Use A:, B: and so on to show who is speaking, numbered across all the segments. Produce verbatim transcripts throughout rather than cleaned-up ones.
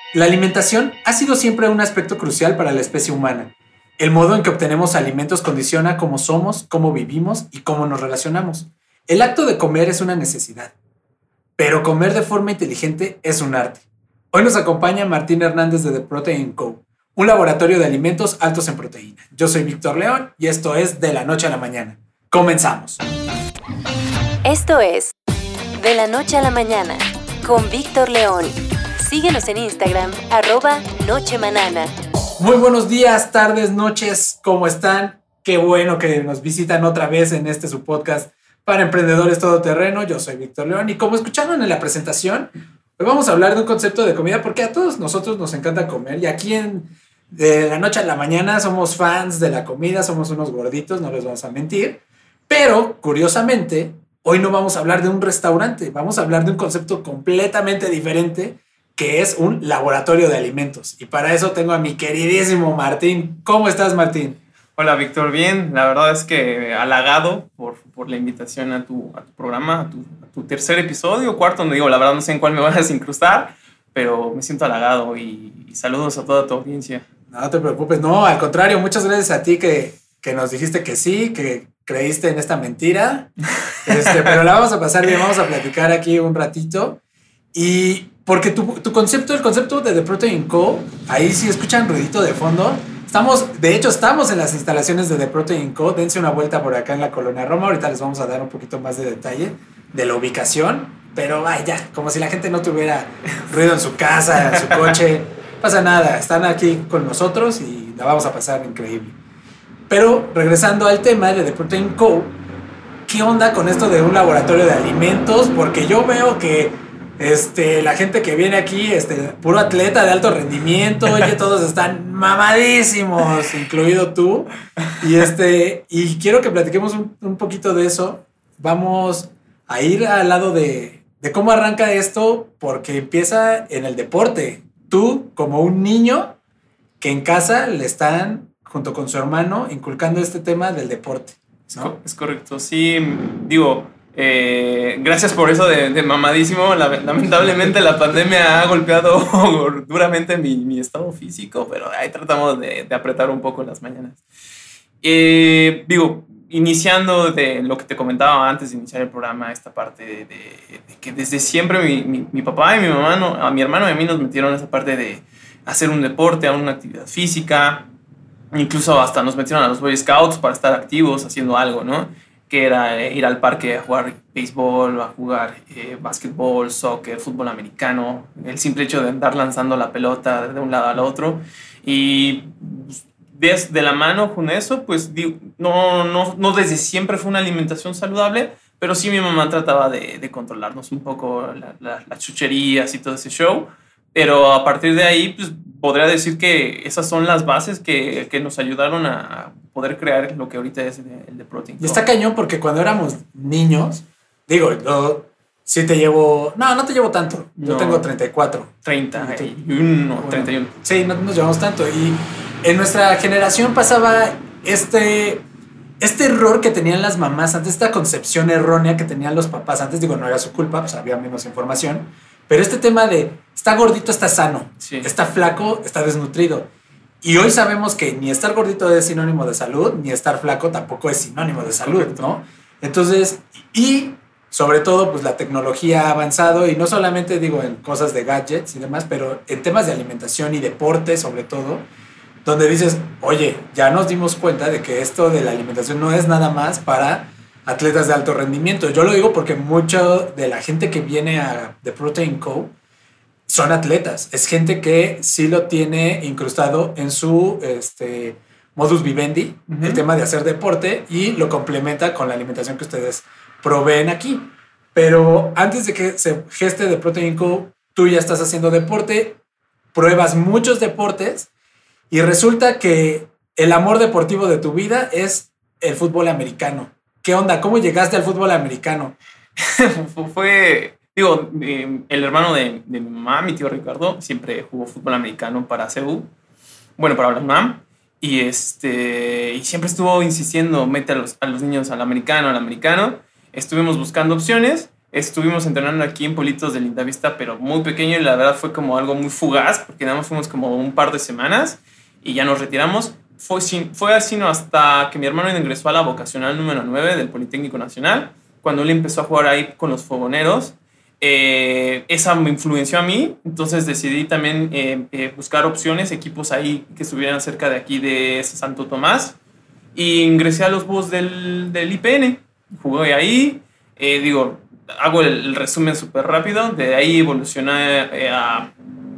A: La alimentación ha sido siempre un aspecto crucial para la especie humana. El modo en que obtenemos alimentos condiciona cómo somos, cómo vivimos y cómo nos relacionamos. El acto de comer es una necesidad, pero comer de forma inteligente es un arte. Hoy nos acompaña Martín Hernández de The Protein Co., un laboratorio de alimentos altos en proteína. Yo soy Víctor León y esto es De la Noche a la Mañana. Comenzamos.
B: Esto es De la Noche a la Mañana con Víctor León. Síguenos en Instagram, arroba Nochemanana.
A: Muy buenos días, tardes, noches, ¿cómo están? Qué bueno que nos visitan otra vez en este su podcast para emprendedores todoterreno. Yo soy Víctor León y como escucharon en la presentación, hoy vamos a hablar de un concepto de comida porque a todos nosotros nos encanta comer y aquí en De la Noche a la Mañana somos fans de la comida, somos unos gorditos, no les vamos a mentir, pero curiosamente hoy no vamos a hablar de un restaurante, vamos a hablar de un concepto completamente diferente que es un laboratorio de alimentos. Y para eso tengo a mi queridísimo Martín. ¿Cómo estás, Martín?
C: Hola, Víctor. Bien. La verdad es que halagado por, por la invitación a tu, a tu programa, a tu, a tu tercer episodio, cuarto, no digo, la verdad no sé en cuál me vas a incrustar, pero me siento halagado y, y saludos a toda tu audiencia.
A: No te preocupes. No, al contrario, muchas gracias a ti que, que nos dijiste que sí, que creíste en esta mentira. Este, pero la vamos a pasar bien, vamos a platicar aquí un ratito. Y porque tu, tu concepto, el concepto de The Protein Co., ahí sí escuchan ruidito de fondo. Estamos, de hecho, estamos en las instalaciones de The Protein Co. Dense una vuelta por acá en la Colonia Roma. Ahorita les vamos a dar un poquito más de detalle de la ubicación. Pero vaya, como si la gente no tuviera ruido en su casa, en su coche. No pasa nada, están aquí con nosotros y la vamos a pasar increíble. Pero regresando al tema de The Protein Co., ¿qué onda con esto de un laboratorio de alimentos? Porque yo veo que Este, la gente que viene aquí, este, puro atleta de alto rendimiento, oye, todos están mamadísimos, incluido tú. Y este, y quiero que platiquemos un, un poquito de eso. Vamos a ir al lado de, de cómo arranca esto, porque empieza en el deporte. Tú, como un niño que en casa le están, junto con su hermano, inculcando este tema del deporte, ¿no?
C: Es correcto, sí, digo. Eh, gracias por eso de, de mamadísimo. Lamentablemente la pandemia ha golpeado duramente mi, mi estado físico, pero ahí tratamos de, de apretar un poco las mañanas. Eh, digo, iniciando de lo que te comentaba antes de iniciar el programa, esta parte de, de, de que desde siempre mi, mi, mi papá y mi mamá, no, a mi hermano y a mí nos metieron esa parte de hacer un deporte, una actividad física, incluso hasta nos metieron a los Boy Scouts para estar activos haciendo algo, ¿no? Que era ir al parque a jugar béisbol, a jugar eh, básquetbol, soccer, fútbol americano, el simple hecho de andar lanzando la pelota de un lado al otro. Y desde la mano con eso, pues digo, no, no, no desde siempre fue una alimentación saludable, pero sí mi mamá trataba de, de controlarnos un poco la, la, las chucherías y todo ese show. Pero a partir de ahí, pues podría decir que esas son las bases que, que nos ayudaron a poder crear lo que ahorita es el de Protein Co.
A: Y está cañón porque cuando éramos niños, digo, yo sí te llevo, no, no te llevo tanto, yo
C: no,
A: tengo treinta y cuatro.
C: treinta y uno, bueno, treinta y uno.
A: Sí, no nos llevamos tanto. Y en nuestra generación pasaba este, este error que tenían las mamás antes, esta concepción errónea que tenían los papás antes. Digo, no era su culpa, pues había menos información. Pero este tema de está gordito, está sano, sí. Está flaco, está desnutrido. Y hoy sabemos que ni estar gordito es sinónimo de salud, ni estar flaco tampoco es sinónimo de salud, ¿no? Entonces, y sobre todo, pues la tecnología ha avanzado, y no solamente digo en cosas de gadgets y demás, pero en temas de alimentación y deporte, sobre todo, donde dices, oye, ya nos dimos cuenta de que esto de la alimentación no es nada más para atletas de alto rendimiento. Yo lo digo porque mucho de la gente que viene a The Protein Co. son atletas. Es gente que sí lo tiene incrustado en su este, modus vivendi, uh-huh. El tema de hacer deporte, y lo complementa con la alimentación que ustedes proveen aquí. Pero antes de que se geste The Protein Co., tú ya estás haciendo deporte, pruebas muchos deportes, y resulta que el amor deportivo de tu vida es el fútbol americano. ¿Qué onda? ¿Cómo llegaste al fútbol americano?
C: Fue, digo, eh, el hermano de, de mi mamá, mi tío Ricardo, siempre jugó fútbol americano para C U, bueno, para la UNAM, y, este, y siempre estuvo insistiendo, mete a los, a los niños al americano, al americano. Estuvimos buscando opciones, Estuvimos entrenando aquí en Politos de Lindavista, pero muy pequeño, y la verdad fue como algo muy fugaz, porque nada más fuimos como un par de semanas y ya nos retiramos. Fue, sin, fue así no, hasta que mi hermano ingresó a la vocacional número nueve del Politécnico Nacional, cuando él empezó a jugar ahí con los fogoneros. Eh, esa me influenció a mí, entonces decidí también eh, eh, buscar opciones, equipos ahí que estuvieran cerca de aquí de Santo Tomás, y ingresé a los Búhos del, del I P N. Jugué ahí, eh, digo, hago el, el resumen súper rápido. De ahí evolucioné eh, a,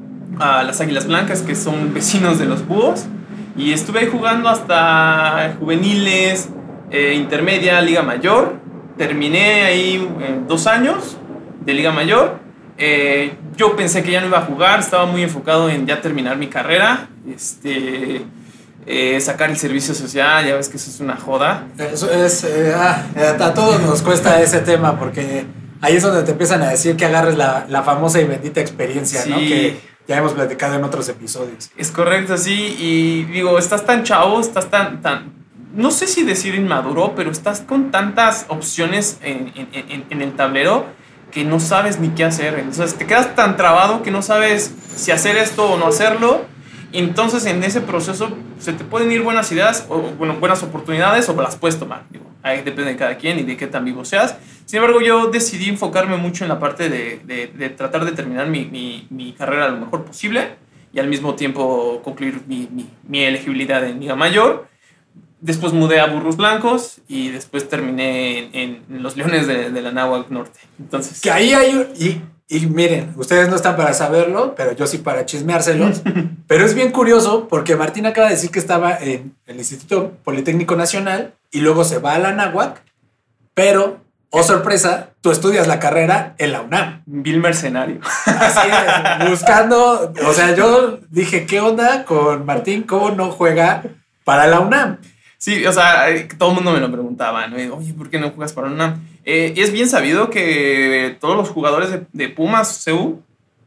C: a las Águilas Blancas, que son vecinos de los Búhos, y estuve ahí jugando hasta juveniles, eh, intermedia, Liga Mayor. Terminé ahí eh, dos años de Liga Mayor. Eh, yo pensé que ya no iba a jugar, estaba muy enfocado en ya terminar mi carrera, este, eh, sacar el servicio social. Ya ves que eso es una joda.
A: Eso es, eh, ah, a todos nos cuesta ese tema, porque ahí es donde te empiezan a decir que agarres la, la famosa y bendita experiencia, sí, ¿no? Que ya hemos platicado en otros episodios.
C: Es correcto, sí, y digo, estás tan chavo, estás tan, tan, no sé si decir inmaduro, pero estás con tantas opciones en, en, en, en el tablero que no sabes ni qué hacer. Entonces te quedas tan trabado que no sabes si hacer esto o no hacerlo. Y entonces en ese proceso se te pueden ir buenas ideas o bueno, buenas oportunidades, o las puedes tomar. Digo, ahí depende de cada quien y de qué tan vivo seas. Sin embargo, yo decidí enfocarme mucho en la parte de, de, de tratar de terminar mi, mi, mi carrera lo mejor posible y al mismo tiempo concluir mi, mi, mi elegibilidad en Liga Mayor. Después mudé a Burros Blancos y después terminé en, en los Leones de, de la Anáhuac Norte. Entonces,
A: que ahí hay... Y, y miren, ustedes no están para saberlo, pero yo sí para chismeárselos. Pero es bien curioso porque Martín acaba de decir que estaba en el Instituto Politécnico Nacional y luego se va a la Anáhuac, pero, oh sorpresa, tú estudias la carrera en la UNAM.
C: Vil mercenario.
A: Así es, buscando... O sea, yo dije, ¿qué onda con Martín? ¿Cómo no juega para la UNAM?
C: Sí, o sea, todo el mundo me lo preguntaba, ¿no? Oye, ¿por qué no juegas para UNAM? Eh, es bien sabido que todos los jugadores de, de Pumas C U,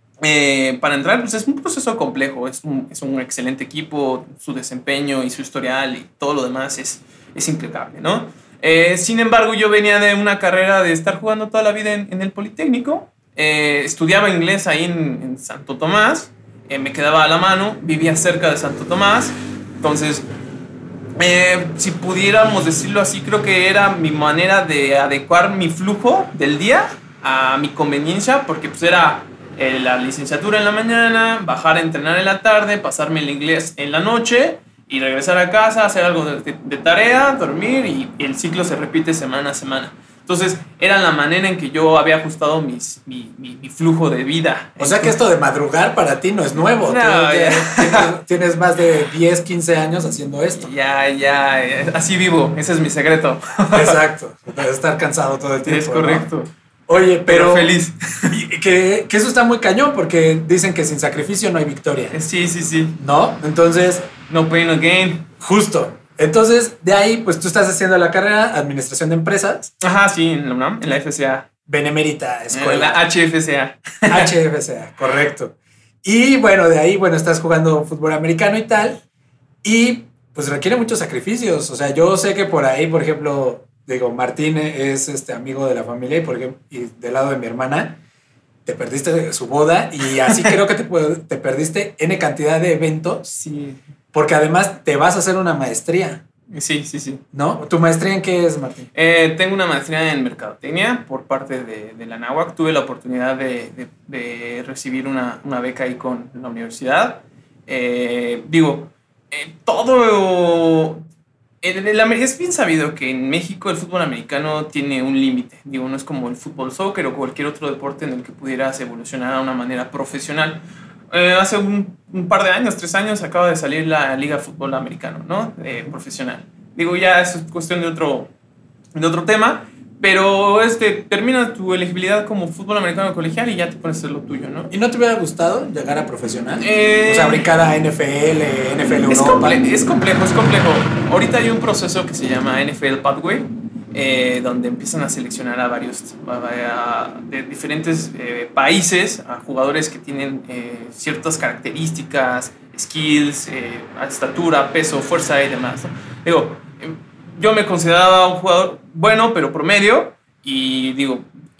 C: eh, para entrar, pues es un proceso complejo. Es un, es un excelente equipo, su desempeño y su historial y todo lo demás es, es impecable, ¿no? Eh, sin embargo, yo venía de una carrera de estar jugando toda la vida en, en el Politécnico. Eh, estudiaba inglés ahí en, en Santo Tomás. Eh, me quedaba a la mano, vivía cerca de Santo Tomás. Entonces... Eh, si pudiéramos decirlo así, creo que era mi manera de adecuar mi flujo del día a mi conveniencia, porque pues era eh, la licenciatura en la mañana, bajar a entrenar en la tarde, pasarme el inglés en la noche y regresar a casa, hacer algo de, de, de tarea, dormir, y el ciclo se repite semana a semana. Entonces, era la manera en que yo había ajustado mis, mi, mi, mi flujo de vida.
A: O sea que esto de madrugar para ti no es nuevo.
C: No,
A: ya,
C: ya.
A: Tienes, tienes más de diez, quince años haciendo esto.
C: Ya, ya, así vivo. Ese es mi secreto.
A: Exacto. De estar cansado todo el tiempo.
C: Es correcto.
A: ¿No? Oye, pero...
C: pero feliz.
A: Y que, que eso está muy cañón, porque dicen que sin sacrificio no hay victoria.
C: Sí, sí, sí.
A: ¿No? Entonces...
C: No pain, no gain.
A: Justo. Entonces, de ahí, pues tú estás haciendo la carrera Administración de Empresas.
C: Ajá, sí, en la UNAM, en la F C A.
A: Benemérita Escuela.
C: En la H F C A.
A: H F C A, correcto. Y bueno, de ahí, bueno, estás jugando fútbol americano y tal. Y pues requiere muchos sacrificios. O sea, yo sé que por ahí, por ejemplo, digo, Martín es este amigo de la familia y, por ejemplo, y del lado de mi hermana, te perdiste su boda y así creo que te, te perdiste N cantidad de eventos.
C: Sí.
A: Porque además te vas a hacer una maestría.
C: Sí, sí, sí.
A: ¿No? ¿Tu maestría en qué es, Martín?
C: Eh, tengo una maestría en Mercadotecnia por parte de, de la Anáhuac. Tuve la oportunidad de, de, de recibir una, una beca ahí con la universidad. Eh, digo, eh, todo... En el, es bien sabido que en México el fútbol americano tiene un límite. Digo, no es como el fútbol soccer o cualquier otro deporte en el que pudieras evolucionar a una manera profesional. Eh, hace un, un par de años, tres años, acaba de salir la Liga de Fútbol Americano, ¿no? Eh, profesional. Digo, ya es cuestión de otro, de otro tema, pero este, termina tu elegibilidad como fútbol americano colegial y ya te pones a hacer lo tuyo, ¿no?
A: ¿Y no te hubiera gustado llegar a profesional?
C: Eh,
A: o sea, brincar a N F L, N F L
C: es,
A: Europa.
C: comple- es complejo, es complejo. Ahorita hay un proceso que se llama N F L Pathway, Eh, donde empiezan a seleccionar a varios a, a, de diferentes eh, países, a jugadores que tienen eh, ciertas características, skills, eh, estatura, peso, fuerza y demás, ¿no? Digo, yo me consideraba un jugador bueno, pero promedio, y digo,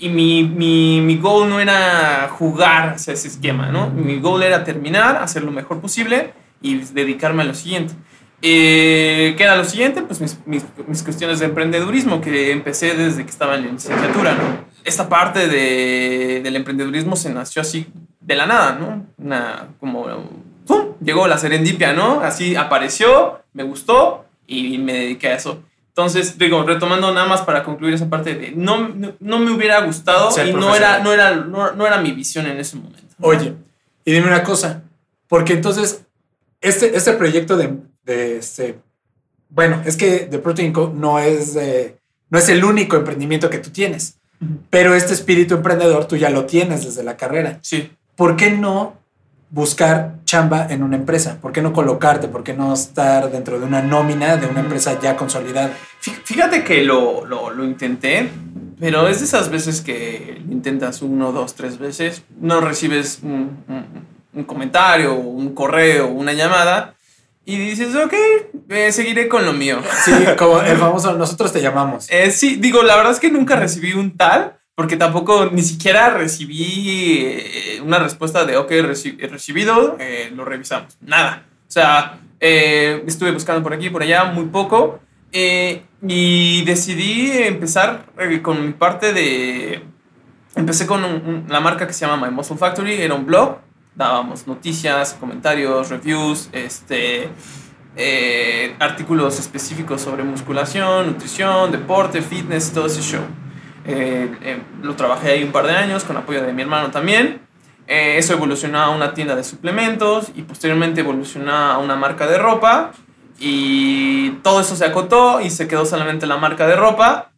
C: y mi, mi, mi goal no era jugar hacia ese esquema, ¿no? Mi goal era terminar, hacer lo mejor posible y dedicarme a lo siguiente. Eh, ¿Qué era lo siguiente? Pues mis, mis, mis cuestiones de emprendedurismo que empecé desde que estaba en la licenciatura, ¿no? Esta parte de, del emprendedurismo se nació así de la nada, ¿no? Una, como, ¡pum! Llegó la serendipia, ¿no? Así apareció, me gustó y me dediqué a eso. Entonces, digo, retomando nada más para concluir esa parte de no, no, no me hubiera gustado y no era, no, era, no, no era mi visión en ese momento, ¿no?
A: Oye, y dime una cosa, porque entonces este, este proyecto de, de este, bueno, es que The Protein Co. no es, eh, no es el único emprendimiento que tú tienes, uh-huh. pero este espíritu emprendedor tú ya lo tienes desde la carrera.
C: Sí.
A: ¿Por qué no buscar chamba en una empresa? ¿Por qué no colocarte? ¿Por qué no estar dentro de una nómina de una empresa ya consolidada?
C: Fíjate que lo, lo, lo intenté, pero es de esas veces que intentas uno, dos, tres veces, no recibes un, un, un comentario, un correo, una llamada y dices, ok, eh, seguiré con lo mío.
A: Sí, como el famoso nosotros te llamamos.
C: Eh, sí, digo, la verdad es que nunca recibí un tal, porque tampoco ni siquiera recibí eh, una respuesta de, ok, reci- recibido, eh, lo revisamos. Nada. O sea, eh, estuve buscando por aquí, por allá, muy poco. Eh, y decidí empezar eh, con mi parte de... Empecé con un, un, la marca que se llama My Muscle Factory. Era un blog. Dábamos noticias, comentarios, reviews, este... Eh, artículos específicos sobre musculación, nutrición, deporte, fitness, todo ese show. Eh, eh, lo trabajé ahí un par de años con apoyo de mi hermano también. Eh, eso evolucionó a una tienda de suplementos y posteriormente evolucionó a una marca de ropa y todo eso se acotó y se quedó solamente la marca de ropa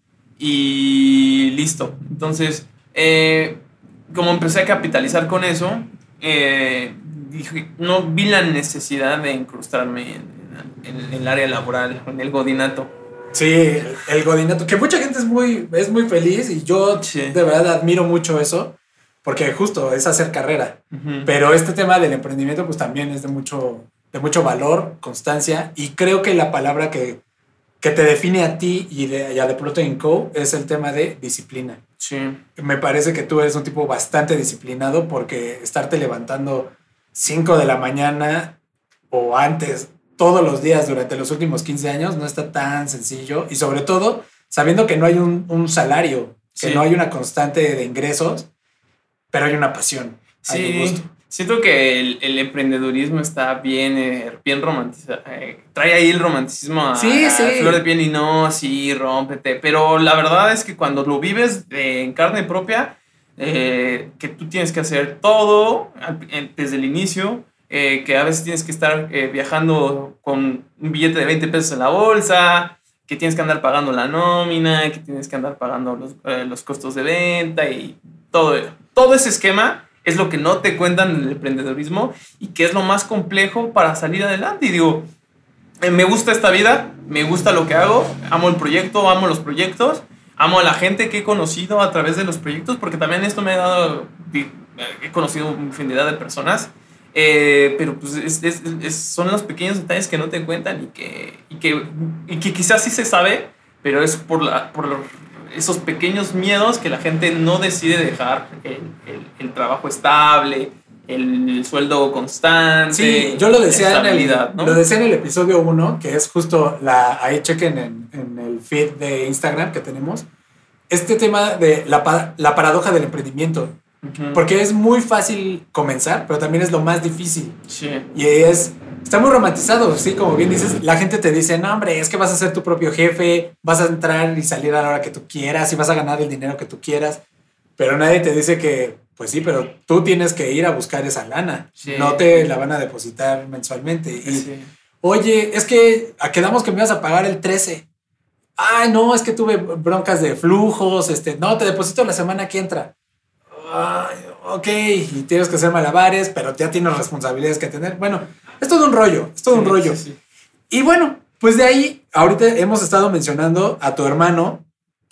C: y listo. Entonces, eh, como empecé a capitalizar con eso, eh, dije, no vi la necesidad de incrustarme en, en, en el área laboral, en el godinato.
A: Sí, el, el godinato, que mucha gente es muy, es muy feliz y yo sí. de verdad admiro mucho eso, porque justo es hacer carrera. Uh-huh. Pero este tema del emprendimiento pues también es de mucho, de mucho valor, constancia, y creo que la palabra que, que te define a ti y, de, y a The Protein Co. es el tema de disciplina.
C: Sí.
A: Me parece que tú eres un tipo bastante disciplinado, porque estarte levantando cinco de la mañana o antes todos los días durante los últimos quince años no está tan sencillo, y sobre todo sabiendo que no hay un, un salario, que sí. no hay una constante de ingresos, pero hay una pasión.
C: Sí,
A: hay un gusto.
C: Siento que el, el emprendedurismo está bien, eh, bien romantizado. Eh, trae ahí el romanticismo a,
A: sí,
C: a
A: sí.
C: flor de piel y no, sí, rómpete. Pero la verdad es que cuando lo vives eh, en carne propia, eh, que tú tienes que hacer todo desde el inicio, Eh, que a veces tienes que estar eh, viajando con un billete de veinte pesos en la bolsa, que tienes que andar pagando la nómina, que tienes que andar pagando los, eh, los costos de venta y todo, todo ese esquema es lo que no te cuentan en el emprendedurismo y que es lo más complejo para salir adelante. Y digo, eh, me gusta esta vida, me gusta lo que hago, amo el proyecto, amo los proyectos, amo a la gente que he conocido a través de los proyectos, porque también esto me ha dado, he conocido infinidad de personas. Eh, pero pues es, es, es, son los pequeños detalles que no te cuentan y que, y que, y que quizás sí se sabe, pero es por, la, por esos pequeños miedos que la gente no decide dejar el, el, el trabajo estable, el, el sueldo constante.
A: Sí, yo lo decía, en el,
C: ¿no?
A: lo decía en el episodio uno, que es justo la, ahí chequen en, en el feed de Instagram que tenemos, este tema de la, la paradoja del emprendimiento. Porque es muy fácil comenzar, pero también es lo más difícil.
C: Sí.
A: Y es, está muy romantizado, sí, como bien dices, la gente te dice, no, hombre, es que vas a ser tu propio jefe, vas a entrar y salir a la hora que tú quieras y vas a ganar el dinero que tú quieras, pero nadie te dice que, pues sí, pero tú tienes que ir a buscar esa lana, sí. no te la van a depositar mensualmente. Y,
C: sí.
A: oye, es que quedamos que me ibas a pagar el trece. Ay, no, es que tuve broncas de flujos, este, no, te deposito la semana que entra. Ay, ok, y tienes que hacer malabares, pero ya tienes responsabilidades que tener. Bueno, es todo un rollo, es todo sí, un rollo. Sí, sí. Y bueno, pues de ahí, ahorita hemos estado mencionando a tu hermano,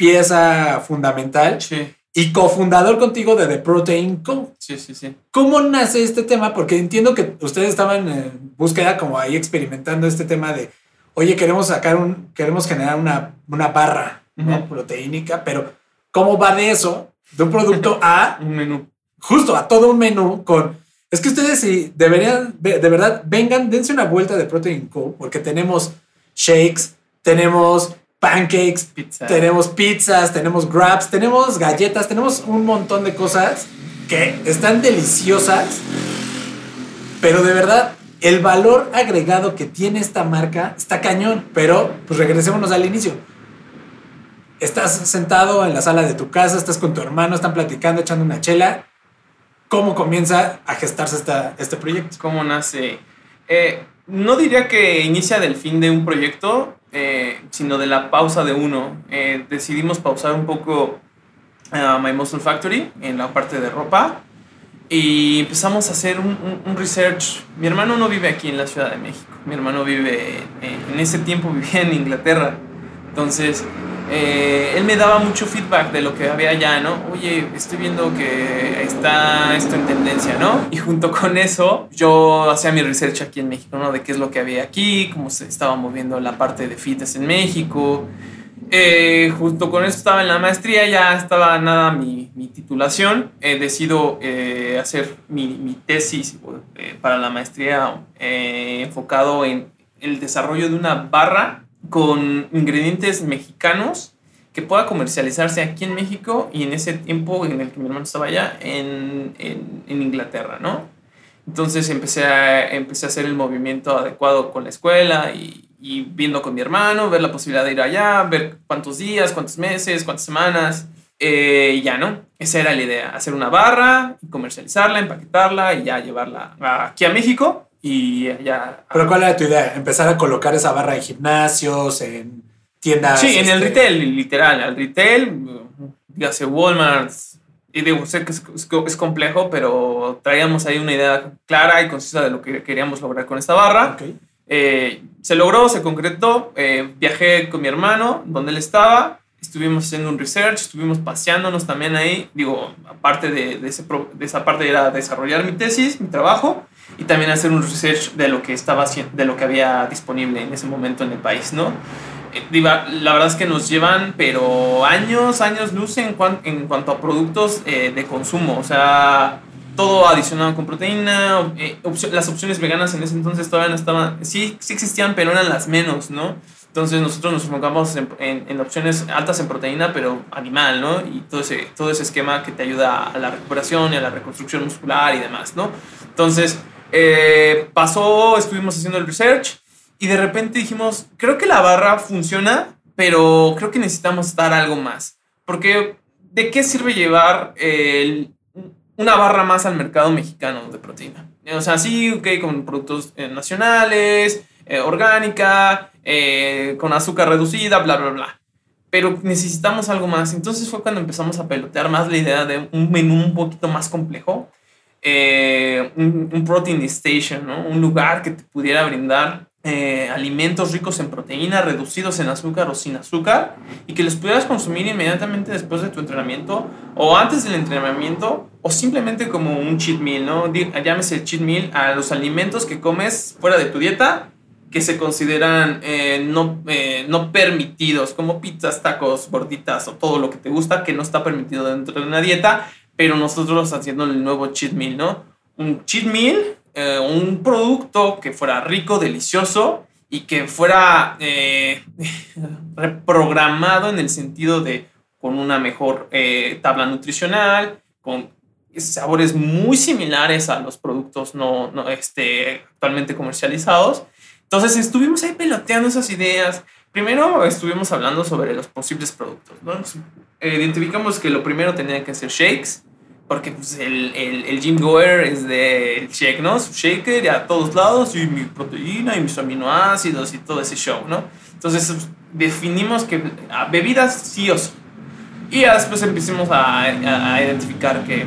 A: pieza fundamental
C: sí.
A: y cofundador contigo de The Protein Co.
C: Sí, sí, sí.
A: ¿Cómo nace este tema? Porque entiendo que ustedes estaban en búsqueda, como ahí experimentando este tema de, oye, queremos sacar un, queremos generar una, una barra, ¿no?
C: Uh-huh.
A: proteínica, pero ¿cómo va de eso de un producto a...
C: un menú.
A: Justo, a todo un menú con... Es que ustedes sí deberían, de verdad, vengan, dense una vuelta de Protein Co. Porque tenemos shakes, tenemos pancakes,
C: Pizza.
A: tenemos pizzas, tenemos wraps, tenemos galletas, tenemos un montón de cosas que están deliciosas. Pero de verdad, el valor agregado que tiene esta marca está cañón. Pero, pues regresémonos al inicio. Estás sentado en la sala de tu casa, estás con tu hermano, están platicando, echando una chela. ¿Cómo comienza a gestarse esta, este proyecto?
C: ¿Cómo nace? Eh, no diría que inicia del fin de un proyecto, eh, sino de la pausa de uno. Eh, decidimos pausar un poco uh, My Muscle Factory en la parte de ropa y empezamos a hacer un, un, un research. Mi hermano no vive aquí en la Ciudad de México. Mi hermano vive, eh, en ese tiempo vivía en Inglaterra. Entonces... Eh, él me daba mucho feedback de lo que había allá, ¿no? Oye, estoy viendo que está esto en tendencia, ¿no? Y junto con eso, yo hacía mi research aquí en México, ¿no? De qué es lo que había aquí, cómo se estaba moviendo la parte de fitness en México. Eh, junto con eso estaba en la maestría, ya estaba nada mi, mi titulación. Eh, decido eh, hacer mi, mi tesis eh, para la maestría eh, enfocado en el desarrollo de una barra con ingredientes mexicanos que pueda comercializarse aquí en México y en ese tiempo en el que mi hermano estaba allá en, en, en Inglaterra, ¿no? Entonces empecé a, empecé a hacer el movimiento adecuado con la escuela y, y viendo con mi hermano, ver la posibilidad de ir allá, ver cuántos días, cuántos meses, cuántas semanas, eh, y ya, ¿no? Esa era la idea, hacer una barra, comercializarla, empaquetarla y ya llevarla aquí a México. Y ya.
A: ¿Pero cuál era tu idea? ¿Empezar a colocar esa barra en gimnasios, en tiendas?
C: Sí, en
A: este...
C: el retail, literal. Al retail, dígase Walmart. Y digo, sé que es, es complejo, pero traíamos ahí una idea clara y concisa de lo que queríamos lograr con esta barra.
A: Okay.
C: Eh, se logró, se concretó. Eh, viajé con mi hermano, donde él estaba. Estuvimos haciendo un research, estuvimos paseándonos también ahí. Digo, aparte de, de, ese, de esa parte era desarrollar mi tesis, mi trabajo, y también hacer un research de lo que estaba haciendo, de lo que había disponible en ese momento en el país, ¿no? Eh, la verdad es que nos llevan, pero años, años luz en, cuan, en cuanto a productos eh, de consumo. O sea, todo adicionado con proteína. Eh, opción, las opciones veganas en ese entonces todavía no estaban, sí, sí existían, pero eran las menos, ¿no? Entonces nosotros nos enfocamos en, en, en opciones altas en proteína, pero animal, ¿no? Y todo ese, todo ese esquema que te ayuda a la recuperación y a la reconstrucción muscular y demás, ¿no? Entonces eh, pasó, estuvimos haciendo el research y de repente dijimos, creo que la barra funciona, pero creo que necesitamos dar algo más. Porque ¿de qué sirve llevar el, una barra más al mercado mexicano de proteína? O sea, sí, ok, con productos eh, nacionales, eh, orgánica, eh, con azúcar reducida, bla, bla, bla. Pero necesitamos algo más. Entonces fue cuando empezamos a pelotear más la idea de un menú un poquito más complejo. Eh, un, un protein station, ¿no? Un lugar que te pudiera brindar eh, alimentos ricos en proteína, reducidos en azúcar o sin azúcar, y que los pudieras consumir inmediatamente después de tu entrenamiento o antes del entrenamiento, o simplemente como un cheat meal, ¿no? Llámese cheat meal a los alimentos que comes fuera de tu dieta que se consideran eh, no, eh, no permitidos, como pizzas, tacos, gorditas o todo lo que te gusta que no está permitido dentro de una dieta, pero nosotros haciendo el nuevo cheat meal, ¿no? Un cheat meal, eh, un producto que fuera rico, delicioso y que fuera eh, reprogramado en el sentido de con una mejor eh, tabla nutricional, con sabores muy similares a los productos no, no, este, actualmente comercializados. Entonces estuvimos ahí peloteando esas ideas. Primero estuvimos hablando sobre los posibles productos, ¿no? Eh, identificamos que lo primero tenía que ser shakes, porque pues, el, el, el gym goer es del shake, ¿no? Su shaker y a todos lados, y mi proteína y mis aminoácidos y todo ese show, ¿no? Entonces definimos que a bebidas sí o sí. Y ya después empecemos a, a, a identificar que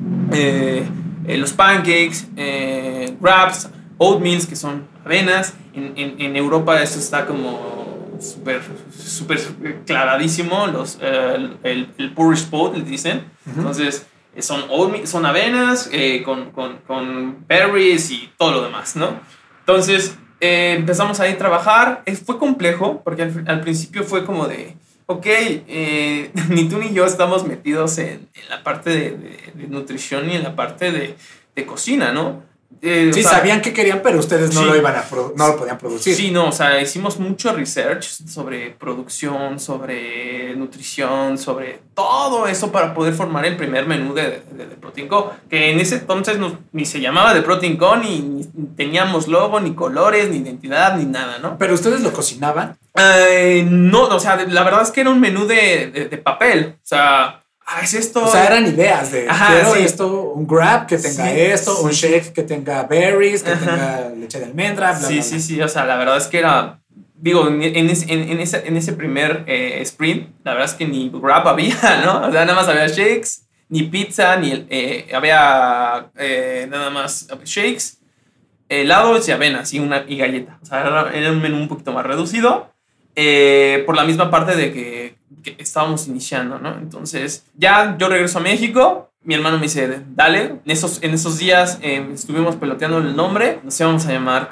C: eh, eh, los pancakes, eh, wraps, oatmeals, que son avenas. En, en, en Europa esto está como súper súper clavadísimo. Los, eh, el, el porridge pot, le dicen. Uh-huh. Entonces son, oatmeal, son avenas eh, con, con, con berries y todo lo demás, ¿no? Entonces eh, empezamos ahí a trabajar. Eh, fue complejo porque al, al principio fue como de ok, eh, ni tú ni yo estamos metidos en, en la parte de, de, de nutrición y en la parte de, de cocina, ¿no? Eh,
A: sí,
C: o sea,
A: sabían que querían, pero ustedes no
C: sí,
A: lo iban a produ- no lo podían producir.
C: Sí, no, o sea, hicimos mucho research sobre producción, sobre nutrición, sobre todo eso para poder formar el primer menú de, de, de Protein Co. Que en ese entonces no, ni se llamaba de Protein Co, ni, ni teníamos logo, ni colores, ni identidad, ni nada, ¿no?
A: ¿Pero ustedes lo cocinaban?
C: Eh, no, o sea, la verdad es que era un menú de, de, de papel, o sea... Ah, es esto.
A: O sea, eran ideas de
C: Ajá,
A: quiero
C: sí.
A: esto, un grab que tenga
C: Sí,
A: esto,
C: sí,
A: un
C: sí.
A: shake que tenga berries, que
C: Ajá.
A: tenga leche de almendra, bla,
C: Sí,
A: bla,
C: sí,
A: bla.
C: sí, o sea, la verdad es que era, digo, en, en, ese, en, en ese, en ese primer eh, sprint, la verdad es que ni wrap había, ¿no? O sea, nada más había shakes, ni pizza, ni eh, había eh, nada más shakes, helados y avenas y, una, y galleta. O sea, era, era un menú un poquito más reducido, eh, por la misma parte de que, que estábamos iniciando, ¿no? Entonces, ya yo regreso a México. Mi hermano me dice, dale, en esos, en esos días eh, estuvimos peloteando el nombre, nos íbamos a llamar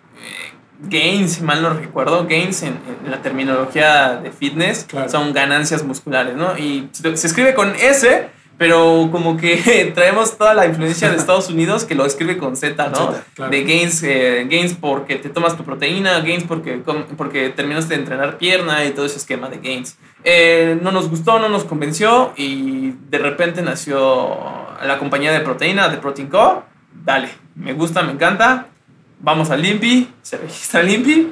C: eh, Gains, si mal no recuerdo, Gains en, en la terminología de fitness,
A: Claro.
C: son ganancias musculares, ¿no? Y se, se escribe con S, pero como que traemos toda la influencia de Estados Unidos que lo escribe con Z, ¿no?
A: Z, claro.
C: De Gains, eh, Gains porque te tomas tu proteína, Gains porque, porque terminaste de entrenar pierna y todo ese esquema de Gains. Eh, no nos gustó, no nos convenció y de repente nació la compañía de proteína de Protein Co. Dale, me gusta, me encanta. Vamos al INPI, se registra el INPI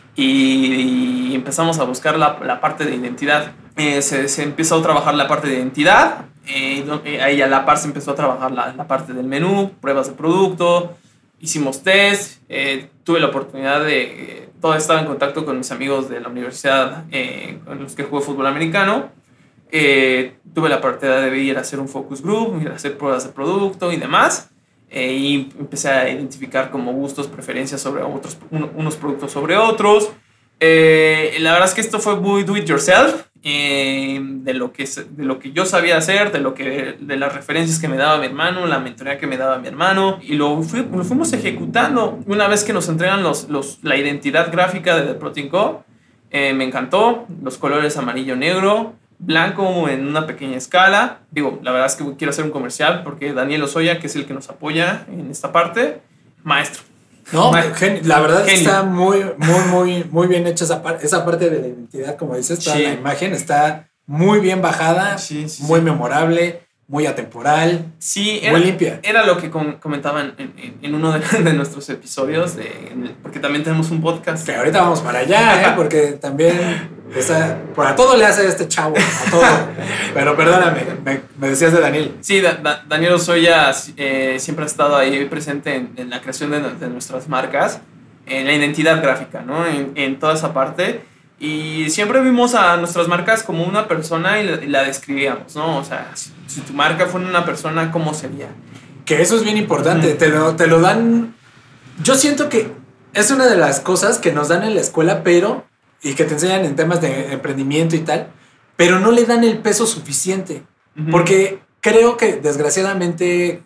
C: y, y empezamos a buscar la, la parte de identidad. Eh, se, se empezó a trabajar la parte de identidad. Eh, ahí a la par se empezó a trabajar la, la parte del menú, pruebas de producto, hicimos test, eh, tuve la oportunidad de, eh, todavía estaba en contacto con mis amigos de la universidad eh, con los que jugué fútbol americano, eh, tuve la oportunidad de ir a hacer un focus group, ir a hacer pruebas de producto y demás, eh, y empecé a identificar como gustos, preferencias sobre otros, uno, unos productos sobre otros. Eh, la verdad es que esto fue muy do it yourself, eh, de, lo que, de lo que yo sabía hacer, de, lo que, de las referencias que me daba mi hermano, la mentoría que me daba mi hermano, y lo, fui, lo fuimos ejecutando. Una vez que nos entregan los, los, la identidad gráfica de The Protein Co, eh, me encantó, los colores amarillo, negro, blanco en una pequeña escala. Digo, la verdad es que quiero hacer un comercial porque Daniel Osoya, que es el que nos apoya en esta parte, maestro.
A: No,
C: Bueno,
A: gen- la verdad
C: genio.
A: está muy, muy, muy, muy bien hecha esa, par- esa parte de la identidad, como dices, toda
C: Sí.
A: la imagen está muy bien bajada,
C: Sí, sí,
A: muy
C: sí.
A: memorable, muy atemporal,
C: Sí, era,
A: muy limpia.
C: era lo que com- comentaban en, en, en uno de, de nuestros episodios, de, en el- porque también tenemos un podcast.
A: Que ahorita vamos para allá, ¿eh? Porque también está, por a todo le hace este chavo, a todo. Pero perdóname, me, me decías de Daniel.
C: Sí, Da- Da- Daniel Osoya eh, siempre ha estado ahí presente en, en la creación de, de nuestras marcas, en la identidad gráfica, ¿no? En, en toda esa parte. Y siempre vimos a nuestras marcas como una persona y la, y la describíamos, ¿no? O sea, si, si tu marca fuera una persona, ¿cómo sería?
A: Que eso es bien importante,
C: Ujú.
A: te, lo, te lo dan. Yo siento que es una de las cosas que nos dan en la escuela, pero, y que te enseñan en temas de emprendimiento y tal, pero no le dan el peso suficiente.
C: Ujú.
A: Porque creo que desgraciadamente,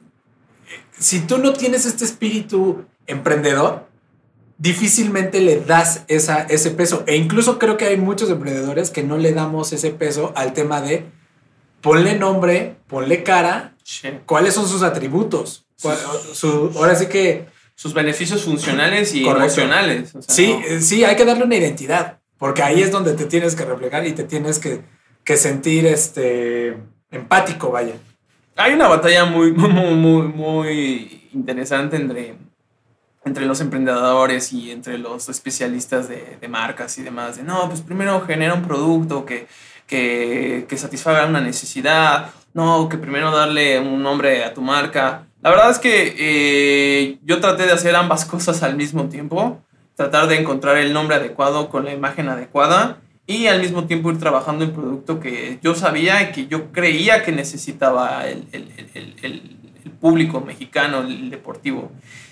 A: si tú no tienes este espíritu emprendedor, difícilmente le das esa, ese peso. E incluso creo que hay muchos emprendedores que no le damos ese peso al tema de ponle nombre, ponle cara,
C: Sí.
A: cuáles son sus atributos. Cuál- su- ahora sí que
C: Sus beneficios funcionales y
A: Correcto.
C: emocionales. O sea,
A: sí,
C: no.
A: eh, sí, hay que darle una identidad, porque ahí es donde te tienes que reflejar y te tienes que, que sentir este, empático, vaya.
C: Hay una batalla muy, muy, muy, muy interesante entre, entre los emprendedores y entre los especialistas de, de marcas y demás. De, no, pues primero genera un producto que, que, que satisfaga una necesidad. No, que primero darle un nombre a tu marca. La verdad es que eh, yo traté de hacer ambas cosas al mismo tiempo. Tratar de encontrar el nombre adecuado con la imagen adecuada. Y al mismo tiempo ir trabajando el producto que yo sabía y que yo creía que necesitaba el, el, el, el, el público mexicano, el deportivo.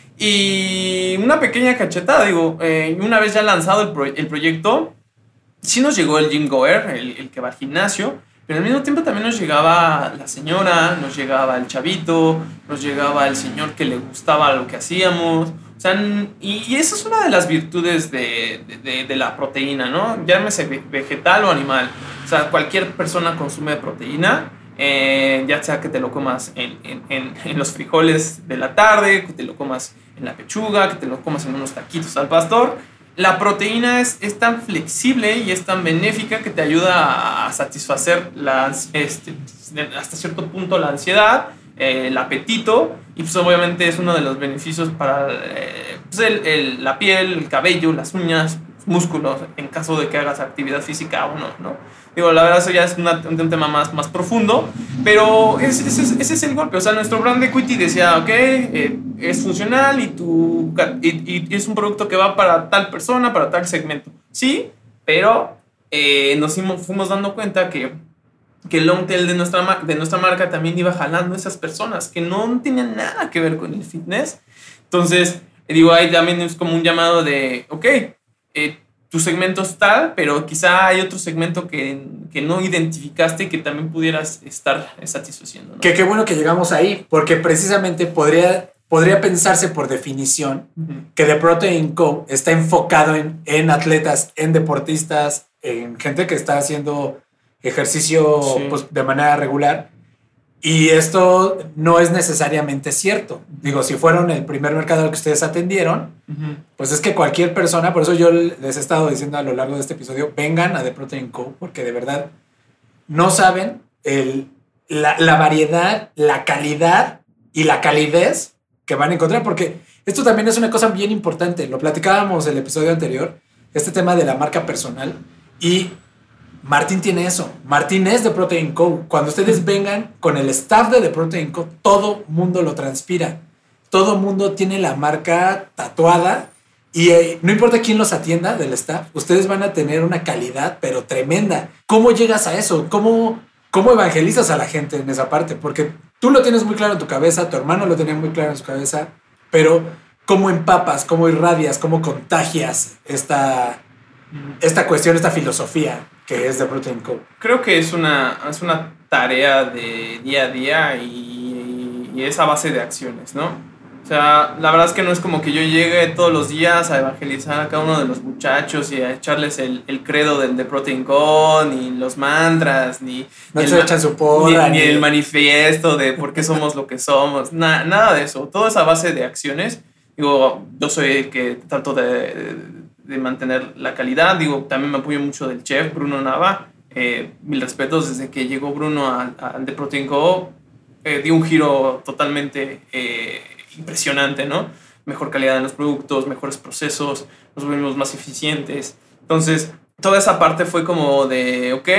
C: Y una pequeña cachetada, digo, eh, una vez ya lanzado el, pro, el proyecto, sí nos llegó el gym goer, el, el que va al gimnasio, pero al mismo tiempo también nos llegaba la señora, nos llegaba el chavito, nos llegaba el señor que le gustaba lo que hacíamos. O sea, y, y esa es una de las virtudes de, de, de, de la proteína, ¿no? Llámese vegetal o animal. O sea, cualquier persona consume proteína, eh, ya sea que te lo comas en, en, en, en los frijoles de la tarde, que te lo comas en la pechuga, que te lo comas en unos taquitos al pastor. La proteína es, es tan flexible y es tan benéfica que te ayuda a satisfacer la, este, hasta cierto punto la ansiedad, eh, el apetito, y pues obviamente es uno de los beneficios para eh, pues el, el, la piel, el cabello, las uñas, músculos, en caso de que hagas actividad física o no, ¿no? Digo, la verdad eso ya es una, un tema más, más profundo, pero ese, ese, ese es el golpe. O sea, nuestro brand equity decía, ok, eh, es funcional y, tu, y, y es un producto que va para tal persona, para tal segmento. Sí, pero eh, nos fuimos, fuimos dando cuenta que, que el long tail de nuestra, de nuestra marca también iba jalando a esas personas que no tenían nada que ver con el fitness. Entonces, digo, ahí también es como un llamado de, ok, eh, tu segmento es tal, pero quizá hay otro segmento que, que no identificaste y que también pudieras estar satisfaciendo, ¿no?
A: Que qué bueno que llegamos ahí, porque precisamente podría, podría pensarse por definición uh-huh. que The Protein Co. está enfocado en, en atletas, en deportistas, en gente que está haciendo ejercicio sí. pues, de manera regular. Y esto no es necesariamente cierto. Digo, si fueron el primer mercado al que ustedes atendieron, uh-huh. pues es que cualquier persona, por eso yo les he estado diciendo a lo largo de este episodio, vengan a The Protein Co. Porque de verdad no saben el, la, la variedad, la calidad y la calidez que van a encontrar. Porque esto también es una cosa bien importante. Lo platicábamos el episodio anterior, este tema de la marca personal. Y Martín tiene eso. Martín es de The Protein Co. Cuando ustedes vengan con el staff de The Protein Co., todo mundo lo transpira. Todo mundo tiene la marca tatuada y eh, no importa quién los atienda del staff, ustedes van a tener una calidad, pero tremenda. ¿Cómo llegas a eso? ¿Cómo, cómo evangelizas a la gente en esa parte? Porque tú lo tienes muy claro en tu cabeza, tu hermano lo tenía muy claro en su cabeza, pero ¿cómo empapas, cómo irradias, cómo contagias esta, esta cuestión, esta filosofía que es The Protein Co?
C: Creo que es una, es una tarea de día a día y, y es a base de acciones, ¿no? O sea, la verdad es que no es como que yo llegue todos los días a evangelizar a cada uno de los muchachos y a echarles el, el credo del The Protein Co, ni los mantras, ni,
A: no
C: ni,
A: se
C: el,
A: echan su porra,
C: ni,
A: ni
C: ni el manifiesto de por qué somos lo que somos, Na, nada de eso. Todo es a base de acciones. Digo, yo soy el que trato de... de de mantener la calidad. Digo, también me apoyo mucho del chef Bruno Nava. Eh, mil respetos, desde que llegó Bruno a, a The Protein Co, eh, dio un giro totalmente eh, impresionante, ¿no? Mejor calidad en los productos, mejores procesos, nos volvimos más eficientes. Entonces, toda esa parte fue como de, ok,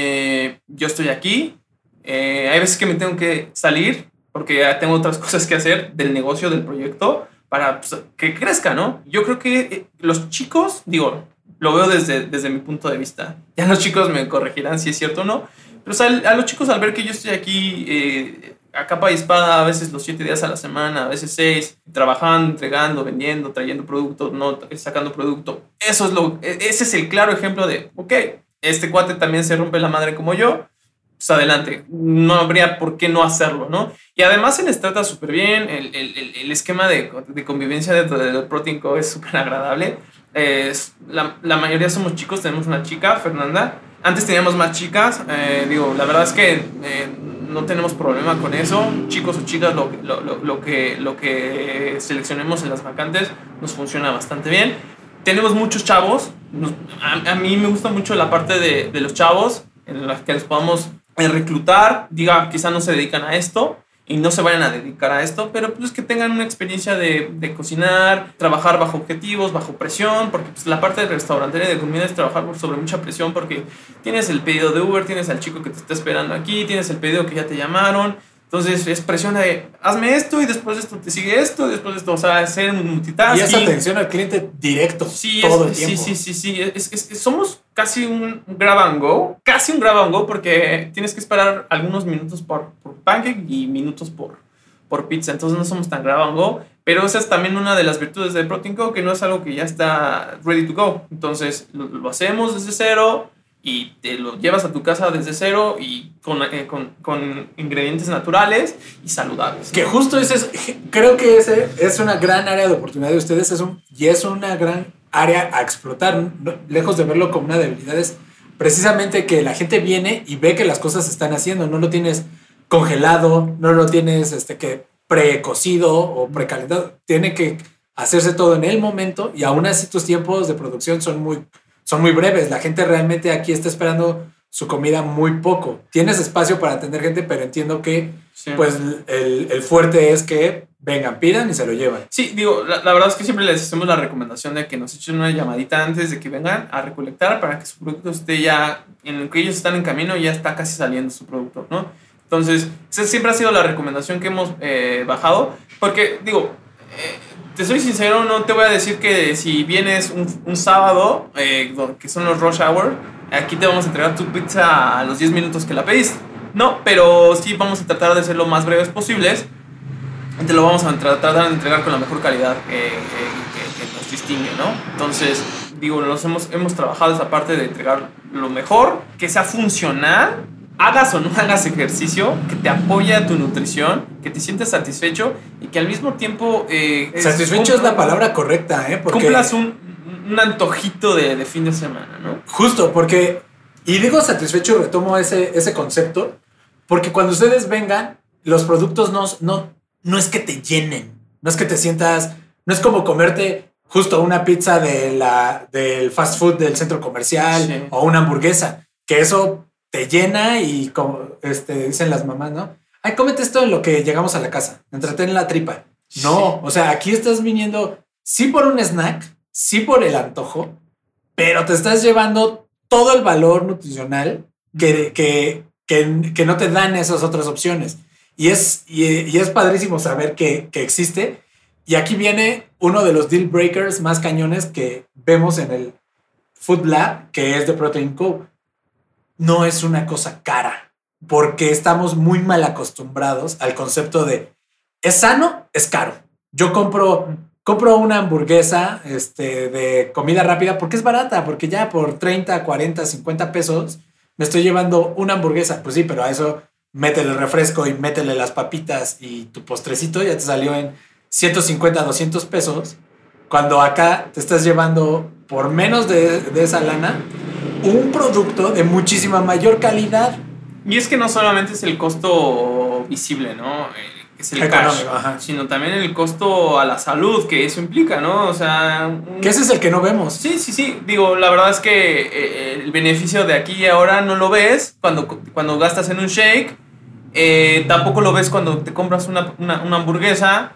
C: eh, yo estoy aquí, eh, hay veces que me tengo que salir porque tengo otras cosas que hacer del negocio, del proyecto, para pues, que crezca, ¿no? Yo creo que eh, los chicos, digo, lo veo desde, desde mi punto de vista. Ya los chicos me corregirán si es cierto o no. Pero o sea, a los chicos al ver que yo estoy aquí eh, a capa y espada, a veces los siete días a la semana, a veces seis, trabajando, entregando, vendiendo, trayendo producto, no sacando producto. Eso es lo, ese es el claro ejemplo de, ok, este cuate también se rompe la madre como yo. Pues adelante, no habría por qué no hacerlo, ¿no? Y además se les trata súper bien, el, el, el esquema de, de convivencia dentro de The Protein Co es súper agradable. Eh, la, la mayoría somos chicos, tenemos una chica, Fernanda. Antes teníamos más chicas, eh, digo, la verdad es que eh, no tenemos problema con eso. Chicos o chicas, lo, lo, lo, lo, que, lo que seleccionemos en las vacantes nos funciona bastante bien. Tenemos muchos chavos, nos, a, a mí me gusta mucho la parte de, de los chavos, en la que les podamos reclutar, diga, quizá no se dedican a esto y no se vayan a dedicar a esto, pero pues que tengan una experiencia de, de cocinar, trabajar bajo objetivos, bajo presión, porque pues, la parte de restaurantería y de comida es trabajar sobre mucha presión, porque tienes el pedido de Uber, tienes al chico que te está esperando aquí, tienes el pedido que ya te llamaron. Entonces es presión de hazme esto y después de esto te sigue esto y después de esto, o sea, hacer un multitasking.
A: Y esa atención al cliente directo,
C: sí,
A: todo
C: es,
A: el tiempo.
C: Sí, sí, sí, sí. Es, es, es, somos casi un grab and go, casi un grab and go porque tienes que esperar algunos minutos por, por pancake y minutos por, por pizza. Entonces no somos tan grab and go, pero esa es también una de las virtudes de Protein Co, que no es algo que ya está ready to go. Entonces lo, lo hacemos desde cero y te lo llevas a tu casa desde cero y con, eh, con, con ingredientes naturales y saludables, ¿no?
A: Que justo ese es, creo que ese es una gran área de oportunidad de ustedes es un, y es una gran área a explotar, no, lejos de verlo como una debilidad, es precisamente que la gente viene y ve que las cosas se están haciendo, no lo tienes congelado, no lo tienes este, que precocido o precalentado, tiene que hacerse todo en el momento y aún así tus tiempos de producción son muy, son muy breves. La gente realmente aquí está esperando su comida muy poco. Tienes espacio para atender gente, pero entiendo que sí. pues el, el fuerte es que vengan, pidan y se lo llevan.
C: Sí, digo, la, la verdad es que siempre les hacemos la recomendación de que nos echen una llamadita antes de que vengan a recolectar para que su producto esté ya, en el que ellos están en camino, ya está casi saliendo su producto, ¿no? Entonces, esa siempre ha sido la recomendación que hemos eh, bajado, porque, digo, eh, te soy sincero, no te voy a decir que si vienes un, un sábado, eh, que son los rush hour, aquí te vamos a entregar tu pizza a los diez minutos que la pediste. No, pero sí vamos a tratar de ser lo más breves posibles. Te lo vamos a tratar de entregar con la mejor calidad que, que, que, que nos distingue, ¿no? Entonces, digo, nos hemos, hemos trabajado esa parte de entregar lo mejor, que sea funcional, hagas o no hagas ejercicio, que te apoye a tu nutrición, que te sientas satisfecho y que al mismo tiempo... Eh,
A: satisfecho es, es la palabra correcta, ¿eh?
C: Porque cumplas un, un antojito de, de fin de semana, ¿no?
A: Justo, porque... Y digo satisfecho, retomo ese, ese concepto, porque cuando ustedes vengan, los productos no... no no es que te llenen, no es que te sientas, no es como comerte justo una pizza de la, del fast food del centro comercial sí. o una hamburguesa, que eso te llena y como este, dicen las mamás, ¿no? Ay, cómete esto en lo que llegamos a la casa, entretén la tripa. Sí. No, o sea, aquí estás viniendo sí por un snack, sí por el antojo, pero te estás llevando todo el valor nutricional que, que, que, que no te dan esas otras opciones. Y es, y, y es padrísimo saber que, que existe. Y aquí viene uno de los deal breakers más cañones que vemos en el Food Lab, que es de Protein Co. No es una cosa cara, porque estamos muy mal acostumbrados al concepto de es sano, es caro. Yo compro, compro una hamburguesa este, de comida rápida porque es barata, porque ya por treinta, cuarenta, cincuenta pesos me estoy llevando una hamburguesa. Pues sí, pero a eso... métele el refresco y métele las papitas y tu postrecito ya te salió en ciento cincuenta, doscientos pesos, cuando acá te estás llevando por menos de, de esa lana un producto de muchísima mayor calidad.
C: Y es que no solamente es el costo visible, ¿no? Es el cash, ajá. sino también el costo a la salud que eso implica, ¿no? O sea... Un...
A: que ese es el que no vemos.
C: Sí, sí, sí. Digo, la verdad es que eh, el beneficio de aquí y ahora no lo ves cuando, cuando gastas en un shake. Eh, tampoco lo ves cuando te compras una, una, una hamburguesa.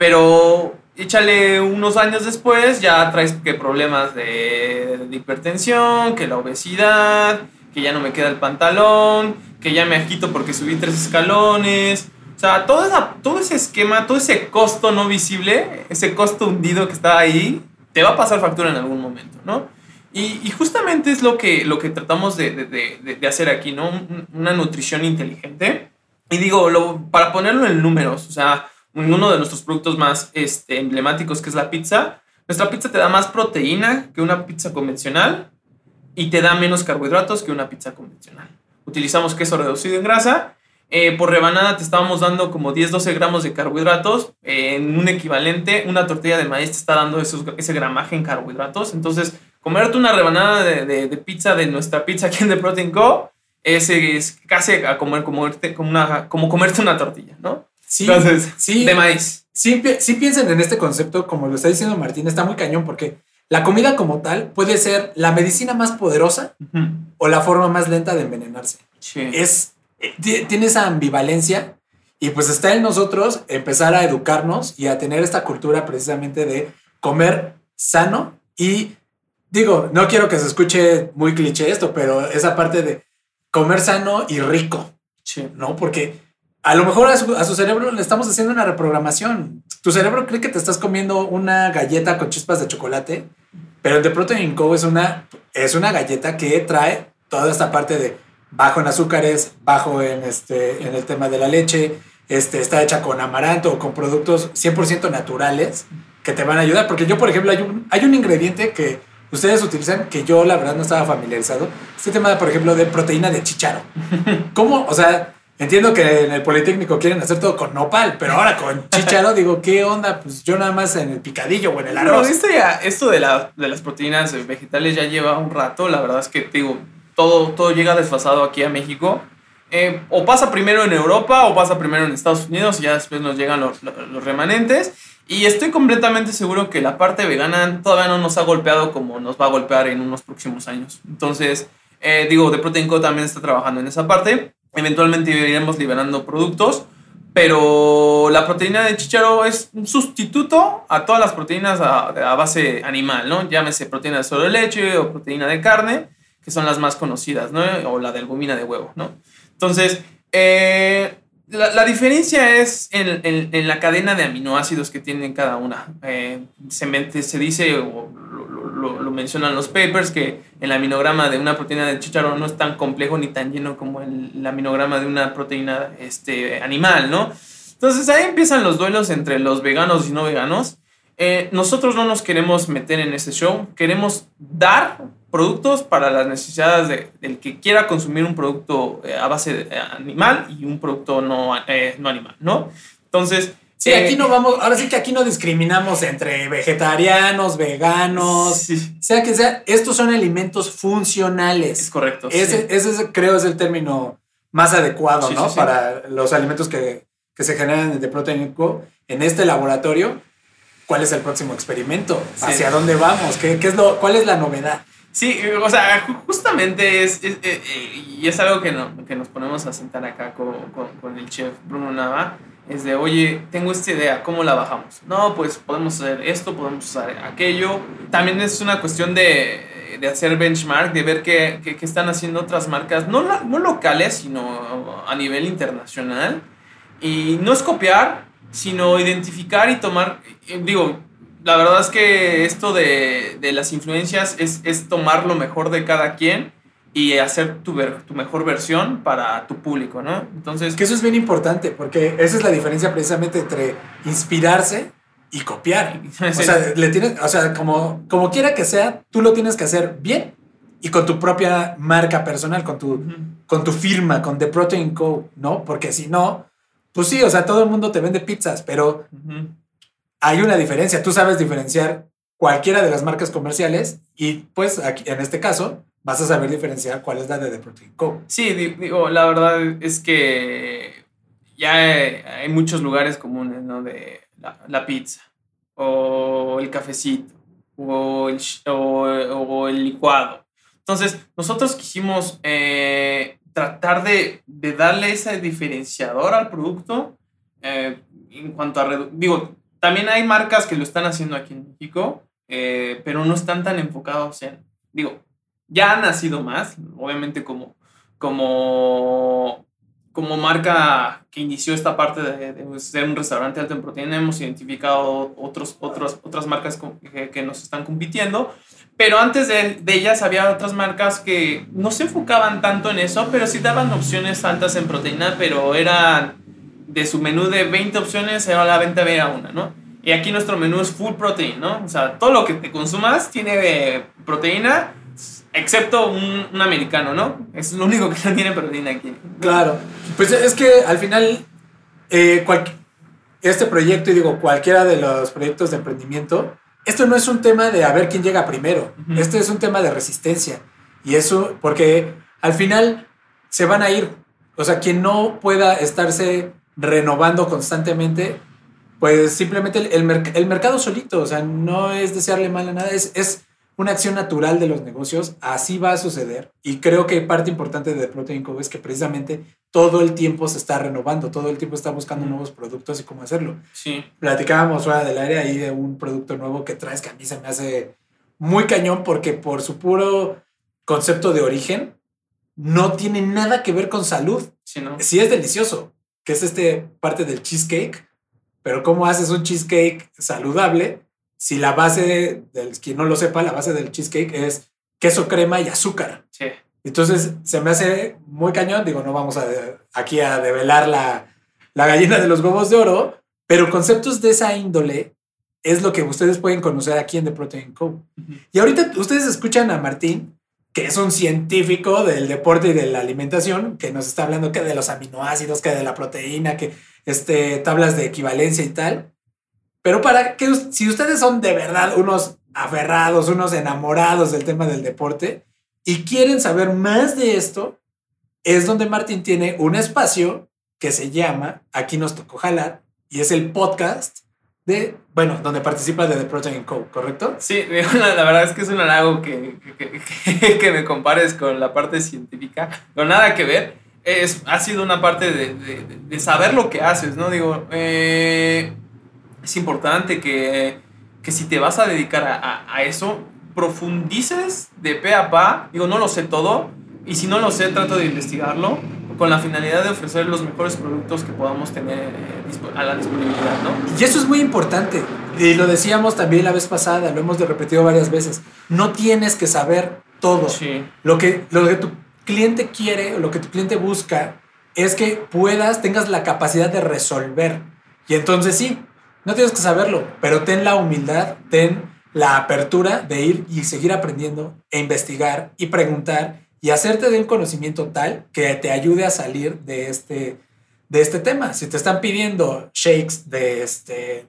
C: Pero échale unos años después, ya traes que problemas de, de hipertensión, que la obesidad, que ya no me queda el pantalón, que ya me agito porque subí tres escalones... O sea, todo, esa, todo ese esquema, todo ese costo no visible, ese costo hundido que está ahí, te va a pasar factura en algún momento, ¿no? Y, y justamente es lo que, lo que tratamos de, de, de, de hacer aquí, ¿no? Una nutrición inteligente. Y digo, lo, para ponerlo en números, o sea, uno de nuestros productos más este, emblemáticos, que es la pizza, nuestra pizza te da más proteína que una pizza convencional y te da menos carbohidratos que una pizza convencional. Utilizamos queso reducido en grasa. Eh, por rebanada te estábamos dando como diez, doce gramos de carbohidratos. Eh, en un equivalente, una tortilla de maíz te está dando esos, ese gramaje en carbohidratos. Entonces, comerte una rebanada de, de, de pizza de nuestra pizza aquí en The Protein Co. Es, es casi a comer, comerte, como, una, como comerte una tortilla, ¿no?
A: Sí,
C: Entonces,
A: sí,
C: de maíz.
A: Sí, sí piensen en este concepto, como lo está diciendo Martín, está muy cañón porque la comida como tal puede ser la medicina más poderosa uh-huh. o la forma más lenta de envenenarse.
C: Sí.
A: Es... tiene esa ambivalencia y pues está en nosotros empezar a educarnos y a tener esta cultura precisamente de comer sano y digo, no quiero que se escuche muy cliché esto, pero esa parte de comer sano y rico,
C: sí.
A: ¿no? Porque a lo mejor a su, a su cerebro le estamos haciendo una reprogramación. Tu cerebro cree que te estás comiendo una galleta con chispas de chocolate, pero el The Protein Co es una, es una galleta que trae toda esta parte de bajo en azúcares, bajo en, este, en el tema de la leche, este, está hecha con amaranto o con productos cien por ciento naturales que te van a ayudar. Porque yo, por ejemplo, hay un, hay un ingrediente que ustedes utilizan que yo, la verdad, no estaba familiarizado. Este tema, por ejemplo, de proteína de chícharo. ¿Cómo? O sea, entiendo que en el Politécnico quieren hacer todo con nopal, pero ahora con chícharo, digo, ¿qué onda? Pues yo nada más en el picadillo o en el arroz.
C: No, esto, ya, esto de, la, de las proteínas vegetales ya lleva un rato. La verdad es que, digo... todo, todo llega desfasado aquí a México. Eh, o pasa primero en Europa o pasa primero en Estados Unidos y ya después nos llegan los, los, los remanentes. Y estoy completamente seguro que la parte vegana todavía no nos ha golpeado como nos va a golpear en unos próximos años. Entonces, eh, digo, The Protein Co también está trabajando en esa parte. Eventualmente iremos liberando productos, pero la proteína de chícharo es un sustituto a todas las proteínas a, a base animal, ¿no? Llámese proteína de solo de leche o proteína de carne, que son las más conocidas, ¿no? O la de albúmina de huevo, ¿no? Entonces, eh, la, la diferencia es en, en, en la cadena de aminoácidos que tienen cada una. Eh, se, se dice, o lo, lo, lo mencionan los papers, que el aminograma de una proteína de chícharo no es tan complejo ni tan lleno como el, el aminograma de una proteína este, animal, ¿no? Entonces ahí empiezan los duelos entre los veganos y no veganos. Eh, nosotros no nos queremos meter en ese show, queremos dar productos para las necesidades de, del que quiera consumir un producto eh, a base de, eh, animal y un producto no, eh, no animal, ¿no? Entonces...
A: Sí, eh, aquí no vamos, ahora sí que aquí no discriminamos entre vegetarianos, veganos, sí. sea que sea, estos son alimentos funcionales.
C: Es correcto.
A: Ese, sí. ese creo es el término más adecuado, sí, ¿no? Sí, sí. Para los alimentos que, que se generan en The Protein Co. En este laboratorio. ¿Cuál es el próximo experimento? Sí. ¿Hacia dónde vamos? ¿Qué, qué es lo, ¿Cuál es la novedad?
C: Sí, o sea, justamente es, es, es y es algo que, no, que nos ponemos a sentar acá con, con, con el chef Bruno Nava, es de, oye, tengo esta idea, ¿cómo la bajamos? No, pues podemos hacer esto, podemos hacer aquello. También es una cuestión de, de hacer benchmark, de ver qué, qué, qué están haciendo otras marcas, no, no locales, sino a nivel internacional. Y no es copiar, sino identificar y tomar, digo, la verdad es que esto de, de las influencias es, es tomar lo mejor de cada quien y hacer tu, ver, tu mejor versión para tu público, ¿no? Entonces...
A: Que eso es bien importante, porque esa es la diferencia precisamente entre inspirarse y copiar. Sí. O sea, le tienes, o sea como, como quiera que sea, tú lo tienes que hacer bien y con tu propia marca personal, con tu, uh-huh. con tu firma, con The Protein Co., ¿no? Porque si no, pues sí, o sea, todo el mundo te vende pizzas, pero... Uh-huh. Hay una diferencia, tú sabes diferenciar cualquiera de las marcas comerciales y pues aquí, en este caso vas a saber diferenciar cuál es la de The Protein Co.
C: Sí, digo, la verdad es que ya hay, hay muchos lugares comunes, ¿no? De la, la pizza o el cafecito o el, o, o el licuado. Entonces nosotros quisimos eh, tratar de, de darle ese diferenciador al producto eh, en cuanto a... Redu- digo, también hay marcas que lo están haciendo aquí en México, eh, pero no están tan enfocados en... Digo, ya han nacido más, obviamente como, como, como marca que inició esta parte de, de ser un restaurante alto en proteína, hemos identificado otros, otros, otras marcas que, que nos están compitiendo, pero antes de, de ellas había otras marcas que no se enfocaban tanto en eso, pero sí daban opciones altas en proteína, pero eran... de su menú de veinte opciones, ahora la venta era una, ¿no? Y aquí nuestro menú es full protein, ¿no? O sea, todo lo que te consumas tiene de proteína, excepto un, un americano, ¿no? Es lo único que no tiene proteína aquí.
A: Claro. Pues es que al final, eh, cual, este proyecto, y digo, cualquiera de los proyectos de emprendimiento, esto no es un tema de a ver quién llega primero. Uh-huh. Esto es un tema de resistencia. Y eso, porque al final se van a ir. O sea, quien no pueda estarse renovando constantemente, pues simplemente el, el, merc- el mercado solito, o sea, no es desearle mal a nada, es, es una acción natural de los negocios, así va a suceder, y creo que parte importante de The Protein Co. es que precisamente todo el tiempo se está renovando, todo el tiempo está buscando mm. nuevos productos y cómo hacerlo.
C: Sí.
A: Platicábamos fuera del área ahí de un producto nuevo que traes que a mí se me hace muy cañón porque por su puro concepto de origen no tiene nada que ver con salud.
C: Sí, ¿no?
A: Sí es delicioso, que es este parte del cheesecake, pero ¿cómo haces un cheesecake saludable si la base, del quien no lo sepa, la base del cheesecake es queso, crema y azúcar?
C: Sí.
A: Entonces se me hace muy cañón, digo, no vamos a aquí a develar la, la gallina de los huevos de oro, pero conceptos de esa índole es lo que ustedes pueden conocer aquí en The Protein Co. Uh-huh. Y ahorita ustedes escuchan a Martín, que es un científico del deporte y de la alimentación, que nos está hablando que de los aminoácidos, que de la proteína, que este, tablas de equivalencia y tal. Pero para que, si ustedes son de verdad unos aferrados, unos enamorados del tema del deporte, y quieren saber más de esto, es donde Martín tiene un espacio que se llama Aquí nos tocó jalar, y es el podcast de, bueno, donde participa de The Protein Co., ¿correcto?
C: Sí, la, la verdad es que es un halago que, que, que, que me compares con la parte científica, no nada que ver. Es, ha sido una parte de, de, de saber lo que haces, ¿no? Digo, eh, es importante que, que si te vas a dedicar a, a, a eso, profundices de pe a pa. Digo, no lo sé todo, y si no lo sé, trato de investigarlo con la finalidad de ofrecer los mejores productos que podamos tener a la disponibilidad, ¿no?
A: Y eso es muy importante, y lo decíamos también la vez pasada, lo hemos repetido varias veces, no tienes que saber todo.
C: Sí.
A: Lo que, lo que tu cliente quiere, o lo que tu cliente busca, es que puedas, tengas la capacidad de resolver. Y entonces sí, no tienes que saberlo, pero ten la humildad, ten la apertura de ir y seguir aprendiendo, e investigar y preguntar, y hacerte de un conocimiento tal que te ayude a salir de este, de este tema. Si te están pidiendo shakes de, este,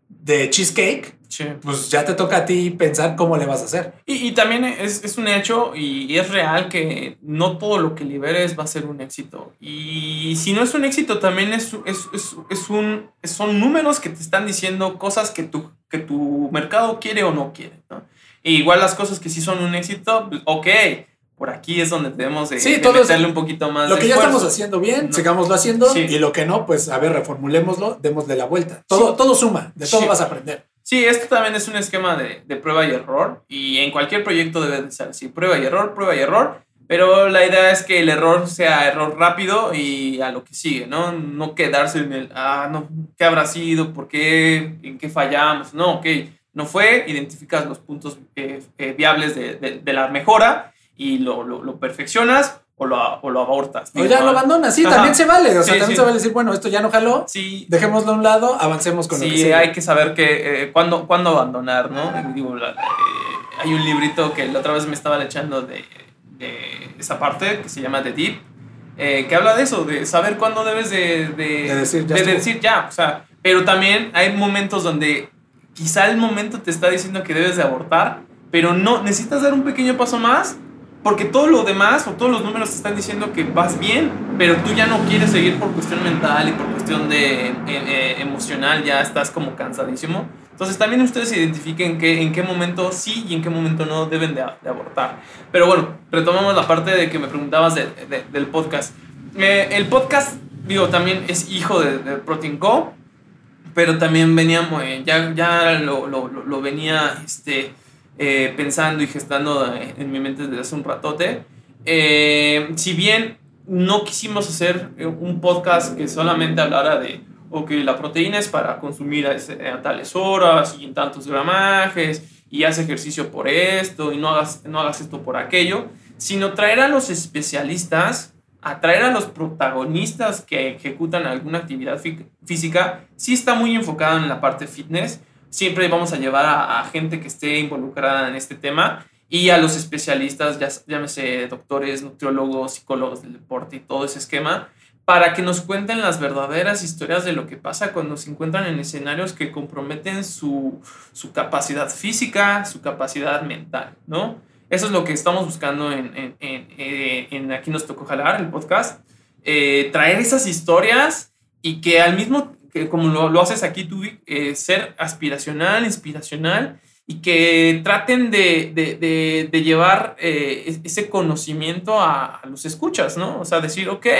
A: de cheesecake,
C: sí,
A: pues ya te toca a ti pensar cómo le vas a hacer.
C: Y, y también es, es un hecho y, y es real que no todo lo que liberes va a ser un éxito. Y si no es un éxito, también es, es, es, es un, son números que te están diciendo cosas que tu, que tu mercado quiere o no quiere, ¿no? E igual las cosas que sí son un éxito, pues, ok, por aquí es donde debemos de,
A: sí,
C: de
A: todo
C: meterle
A: es,
C: un poquito más
A: lo
C: de
A: que ya
C: esfuerzo.
A: estamos haciendo bien,
C: no.
A: sigámoslo haciendo,
C: Sí.
A: y lo que no, pues a ver, reformulémoslo, démosle la vuelta. Todo,
C: Sí.
A: todo suma, de todo
C: Sí.
A: vas a aprender.
C: Sí, esto también es un esquema de, de prueba y error, y en cualquier proyecto debe de ser así, prueba y error, prueba y error, pero la idea es que el error sea error rápido y a lo que sigue, ¿no? No quedarse en el, ah, no, ¿qué habrá sido? ¿Por qué? ¿En qué fallamos? No, ok, no fue, identificas los puntos eh, eh, viables de, de, de la mejora y lo, lo, lo perfeccionas o lo, o lo abortas.
A: O ya lo abandonas, sí,
C: Ajá.
A: también se vale, o sea,
C: Sí,
A: también
C: sí.
A: se vale decir, bueno, esto ya no jaló,
C: Sí,
A: dejémoslo a un lado, avancemos con lo que
C: sí,
A: sigue.
C: hay que saber que, eh, cuándo, cuándo abandonar, ¿no? Digo, la, eh, hay un librito que la otra vez me estaba echando de, de esa parte que se llama The Deep, eh, que habla de eso, de saber cuándo debes de, de,
A: De decir ya
C: de
A: estuvo.
C: decir ya, o sea, pero también hay momentos donde quizá el momento te está diciendo que debes de abortar, pero no, necesitas dar un pequeño paso más, porque todo lo demás o todos los números te están diciendo que vas bien, pero tú ya no quieres seguir por cuestión mental y por cuestión de eh, eh, emocional, ya estás como cansadísimo. Entonces también ustedes identifiquen que, en qué momento sí y en qué momento no deben de, de abortar. Pero bueno, retomamos la parte de que me preguntabas de, de, del podcast. Eh, el podcast, digo, también es hijo de, de Protein Co., pero también veníamos, eh, ya, ya lo, lo, lo venía este, eh, pensando y gestando en mi mente desde hace un ratote. Eh, si bien no quisimos hacer un podcast que solamente hablara de, ok, la proteína es para consumir a, ese, a tales horas y en tantos gramajes, y haz ejercicio por esto y no hagas, no hagas esto por aquello, sino traer a los especialistas, atraer a los protagonistas que ejecutan alguna actividad fí- física. Sí está muy enfocado en la parte fitness. Siempre vamos a llevar a, a gente que esté involucrada en este tema, y a los especialistas, ya, llámese doctores, nutriólogos, psicólogos del deporte y todo ese esquema, para que nos cuenten las verdaderas historias de lo que pasa cuando se encuentran en escenarios que comprometen su, su capacidad física, su capacidad mental, ¿no? Eso es lo que estamos buscando en, en, en, en, en Aquí nos tocó jalar, el podcast. Eh, traer esas historias y que al mismo, que como lo, lo haces aquí tú, eh, ser aspiracional, inspiracional, y que traten de, de, de, de llevar eh, ese conocimiento a, a los escuchas, ¿no? O sea, decir, ok,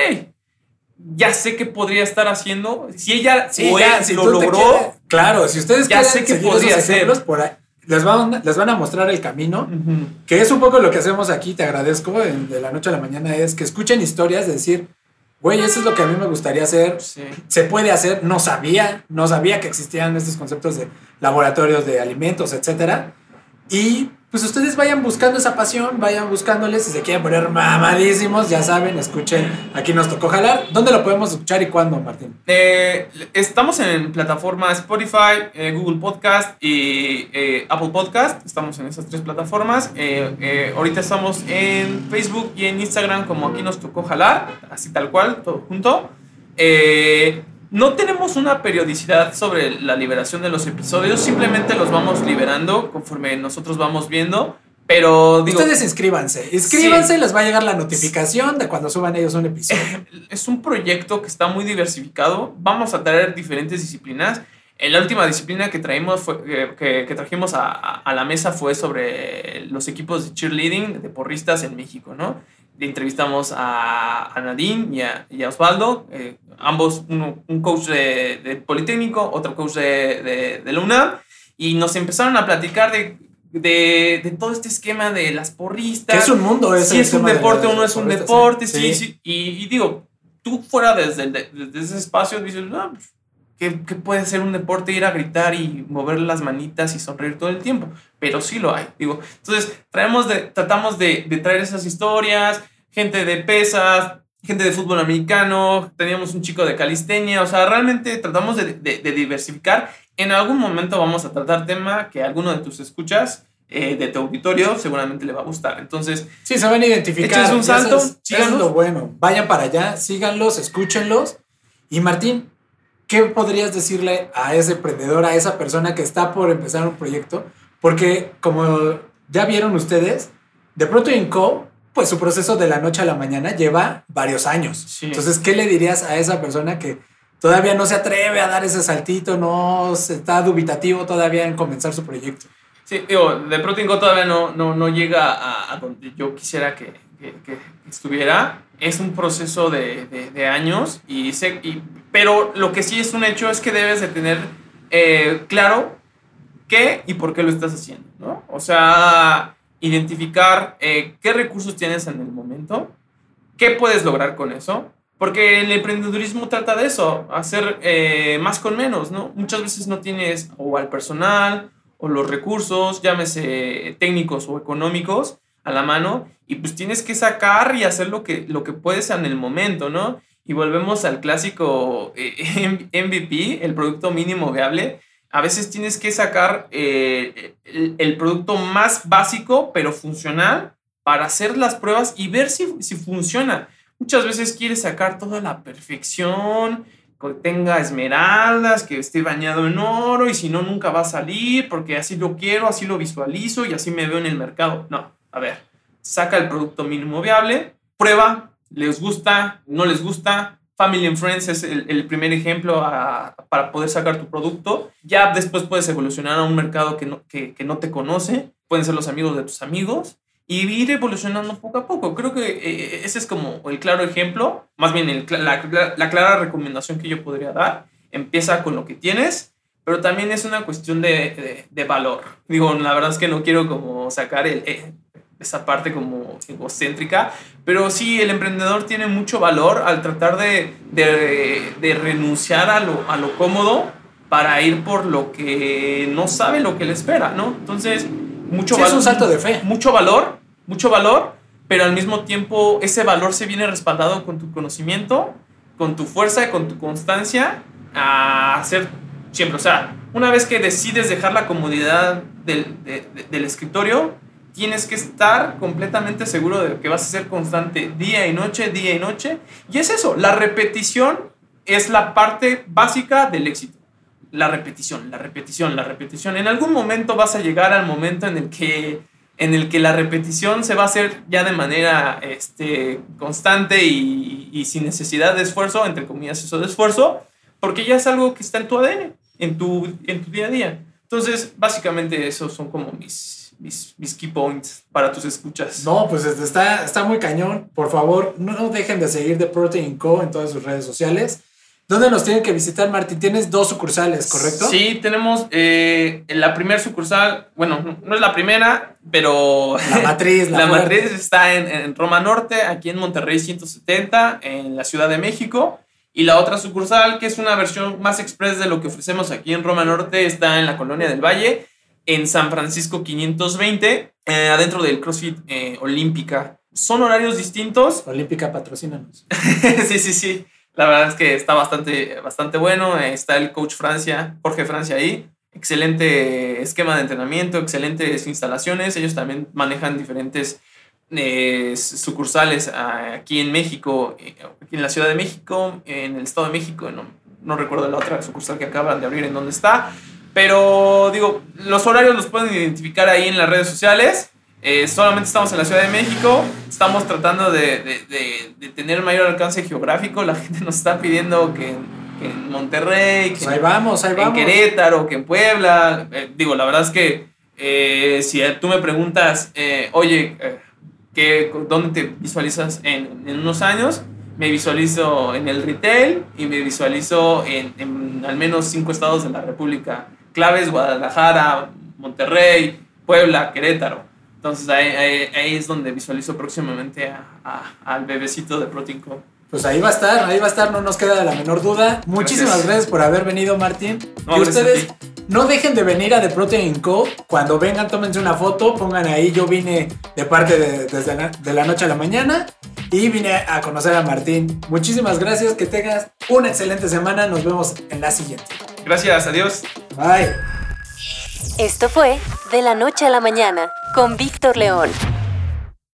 C: ya sé qué podría estar haciendo. Si ella
A: Sí,
C: o
A: ya,
C: él
A: si
C: lo
A: tú te
C: logró,
A: quieres- claro, si ustedes
C: ya
A: quieren
C: sé que
A: seguir
C: podría
A: esos
C: ser.
A: ejemplos, por ahí, les van, les van a mostrar el camino,
C: uh-huh.
A: que es un poco lo que hacemos aquí, te agradezco, en, de la noche a la mañana, es que escuchen historias, de decir, güey, eso es lo que a mí me gustaría hacer,
C: Sí.
A: se puede hacer, no sabía, no sabía que existían estos conceptos de laboratorios de alimentos, etcétera, y pues ustedes vayan buscando esa pasión, vayan buscándoles, si se quieren poner mamadísimos, ya saben, escuchen, Aquí nos tocó jalar. ¿Dónde lo podemos escuchar y cuándo, Martín?
C: Eh, estamos en plataformas Spotify, eh, Google Podcast y eh, Apple Podcast. Estamos en esas tres plataformas. Eh, eh, ahorita estamos en Facebook y en Instagram como Aquí nos tocó jalar, así tal cual, todo junto. Eh, no tenemos una periodicidad sobre la liberación de los episodios, simplemente los vamos liberando conforme nosotros vamos viendo. Pero digo...
A: Ustedes inscríbanse. Inscríbanse, sí. Les va a llegar la notificación de cuando suban ellos un episodio.
C: Es un proyecto que está muy diversificado. Vamos a traer diferentes disciplinas. En la última disciplina que, traímos fue, que, que trajimos a, a la mesa fue sobre los equipos de cheerleading, de porristas en México, ¿no? Entrevistamos a, a Nadine y a, y a Osvaldo, eh, ambos, uno, un coach de, de Politécnico, otro coach de, de, de la UNAM, y nos empezaron a platicar de, de, de todo este esquema de las porristas.
A: ¿Qué es un mundo ese?
C: Si es un deporte o no es un deporte,
A: sí.
C: sí, sí. Y, y digo, tú fuera desde, desde ese espacio dices, no, pues, ¿qué, ¿qué puede ser un deporte? Ir a gritar y mover las manitas y sonreír todo el tiempo. Pero sí lo hay, digo. Entonces, traemos de, tratamos de, de traer esas historias, gente de pesas, gente de fútbol americano, teníamos un chico de calistenia, o sea, realmente tratamos de, de, de diversificar. En algún momento vamos a tratar tema que alguno de tus escuchas, eh, de tu auditorio, seguramente le va a gustar. Entonces,
A: sí, se van a identificar.
C: Eches un salto,
A: eso es, eso es lo bueno. Vayan para allá, síganlos, escúchenlos. Y Martín, ¿qué podrías decirle a ese emprendedor, a esa persona que está por empezar un proyecto? Porque, como ya vieron ustedes, de Protein and Co., pues su proceso de la noche a la mañana lleva varios años. Sí. Entonces, ¿qué le dirías a esa persona que todavía no se atreve a dar ese saltito, no está dubitativo todavía en comenzar su proyecto?
C: Sí, digo, de Protein and Co. todavía no, no, no llega a, a donde yo quisiera que, que, que estuviera. Es un proceso de, de, de años, y sé, y, pero lo que sí es un hecho es que debes de tener eh, claro qué y por qué lo estás haciendo, ¿no? O sea, identificar eh, qué recursos tienes en el momento, qué puedes lograr con eso, porque el emprendedurismo trata de eso, hacer eh, más con menos, ¿no? Muchas veces no tienes o al personal o los recursos, llámese técnicos o económicos, a la mano, y pues tienes que sacar y hacer lo que, lo que puedes en el momento, ¿no? Y volvemos al clásico eh, M V P, el producto mínimo viable. A veces tienes que sacar eh, el, el producto más básico, pero funcional, para hacer las pruebas y ver si, si funciona. Muchas veces quieres sacar toda la perfección, que tenga esmeraldas, que esté bañado en oro, y si no, nunca va a salir, porque así lo quiero, así lo visualizo y así me veo en el mercado. No, a ver, saca el producto mínimo viable, prueba, les gusta, no les gusta. Family and Friends es el, el primer ejemplo a, para poder sacar tu producto. Ya después puedes evolucionar a un mercado que no, que, que no te conoce. Pueden ser los amigos de tus amigos. Y ir evolucionando poco a poco. Creo que eh, ese es como el claro ejemplo. Más bien el, la, la, la clara recomendación que yo podría dar. Empieza con lo que tienes. Pero también es una cuestión de, de, de valor. Digo, la verdad es que no quiero como sacar el... Eh, esa parte como egocéntrica, pero sí, el emprendedor tiene mucho valor al tratar de, de, de renunciar a lo, a lo cómodo para ir por lo que no sabe lo que le espera, ¿no? Entonces, mucho
A: sí,
C: valor,
A: es un salto de fe.
C: Mucho valor, mucho valor, pero al mismo tiempo ese valor se viene respaldado con tu conocimiento, con tu fuerza, con tu constancia a hacer siempre. O sea, una vez que decides dejar la comodidad del, de, de, del escritorio, tienes que estar completamente seguro de que vas a ser constante día y noche, día y noche. Y es eso, la repetición es la parte básica del éxito. La repetición, la repetición, la repetición. En algún momento vas a llegar al momento en el que, en el que la repetición se va a hacer ya de manera este, constante y, y sin necesidad de esfuerzo, entre comillas eso de esfuerzo, porque ya es algo que está en tu A D N, en tu, en tu día a día. Entonces, básicamente esos son como mis... Mis, mis key points para tus escuchas.
A: No, pues está, está muy cañón. Por favor, no dejen de seguir The Protein and Co. en todas sus redes sociales. ¿Dónde nos tienen que visitar, Martín? Tienes dos sucursales, ¿correcto?
C: Sí, tenemos eh, la primera sucursal. Bueno, no es la primera, pero...
A: La matriz.
C: La, la matriz está en, en Roma Norte, aquí en Monterrey ciento setenta, en la Ciudad de México. Y la otra sucursal, que es una versión más express de lo que ofrecemos aquí en Roma Norte, está en la Colonia del Valle, en San Francisco quinientos veinte, eh, adentro del CrossFit eh, Olímpica. Son horarios distintos.
A: Olímpica, patrocínanos.
C: sí, sí, sí. La verdad es que está bastante, bastante bueno. Eh, está el coach Francia, Jorge Francia ahí. Excelente esquema de entrenamiento, excelentes instalaciones. Ellos también manejan diferentes eh, sucursales aquí en México, aquí en la Ciudad de México, en el Estado de México. No, no recuerdo la otra sucursal que acaban de abrir en dónde está. Pero, digo, los horarios los pueden identificar ahí en las redes sociales. Eh, solamente estamos en la Ciudad de México, estamos tratando de, de, de, de tener mayor alcance geográfico. La gente nos está pidiendo que, que en Monterrey, que
A: pues ahí vamos, ahí vamos.
C: en Querétaro, que en Puebla. Eh, digo, la verdad es que eh, si tú me preguntas, eh, oye, eh, ¿qué, ¿dónde te visualizas en, en unos años? Me visualizo en el retail y me visualizo en, en al menos cinco estados de la República claves: Guadalajara, Monterrey, Puebla, Querétaro. Entonces ahí, ahí, ahí es donde visualizo próximamente a, a, al bebecito de Protein Co.
A: Pues ahí va a estar, ahí va a estar, no nos queda la menor duda. Muchísimas gracias, gracias por haber venido, Martín.
C: No,
A: y ustedes no dejen de venir a The Protein Co. Cuando vengan, tómense una foto, pongan ahí, yo vine de parte de, desde la, de la noche a la mañana y vine a conocer a Martín. Muchísimas gracias, que tengas una excelente semana, nos vemos en la siguiente.
C: Gracias, adiós.
A: Bye.
B: Esto fue De la Noche a la Mañana con Víctor León.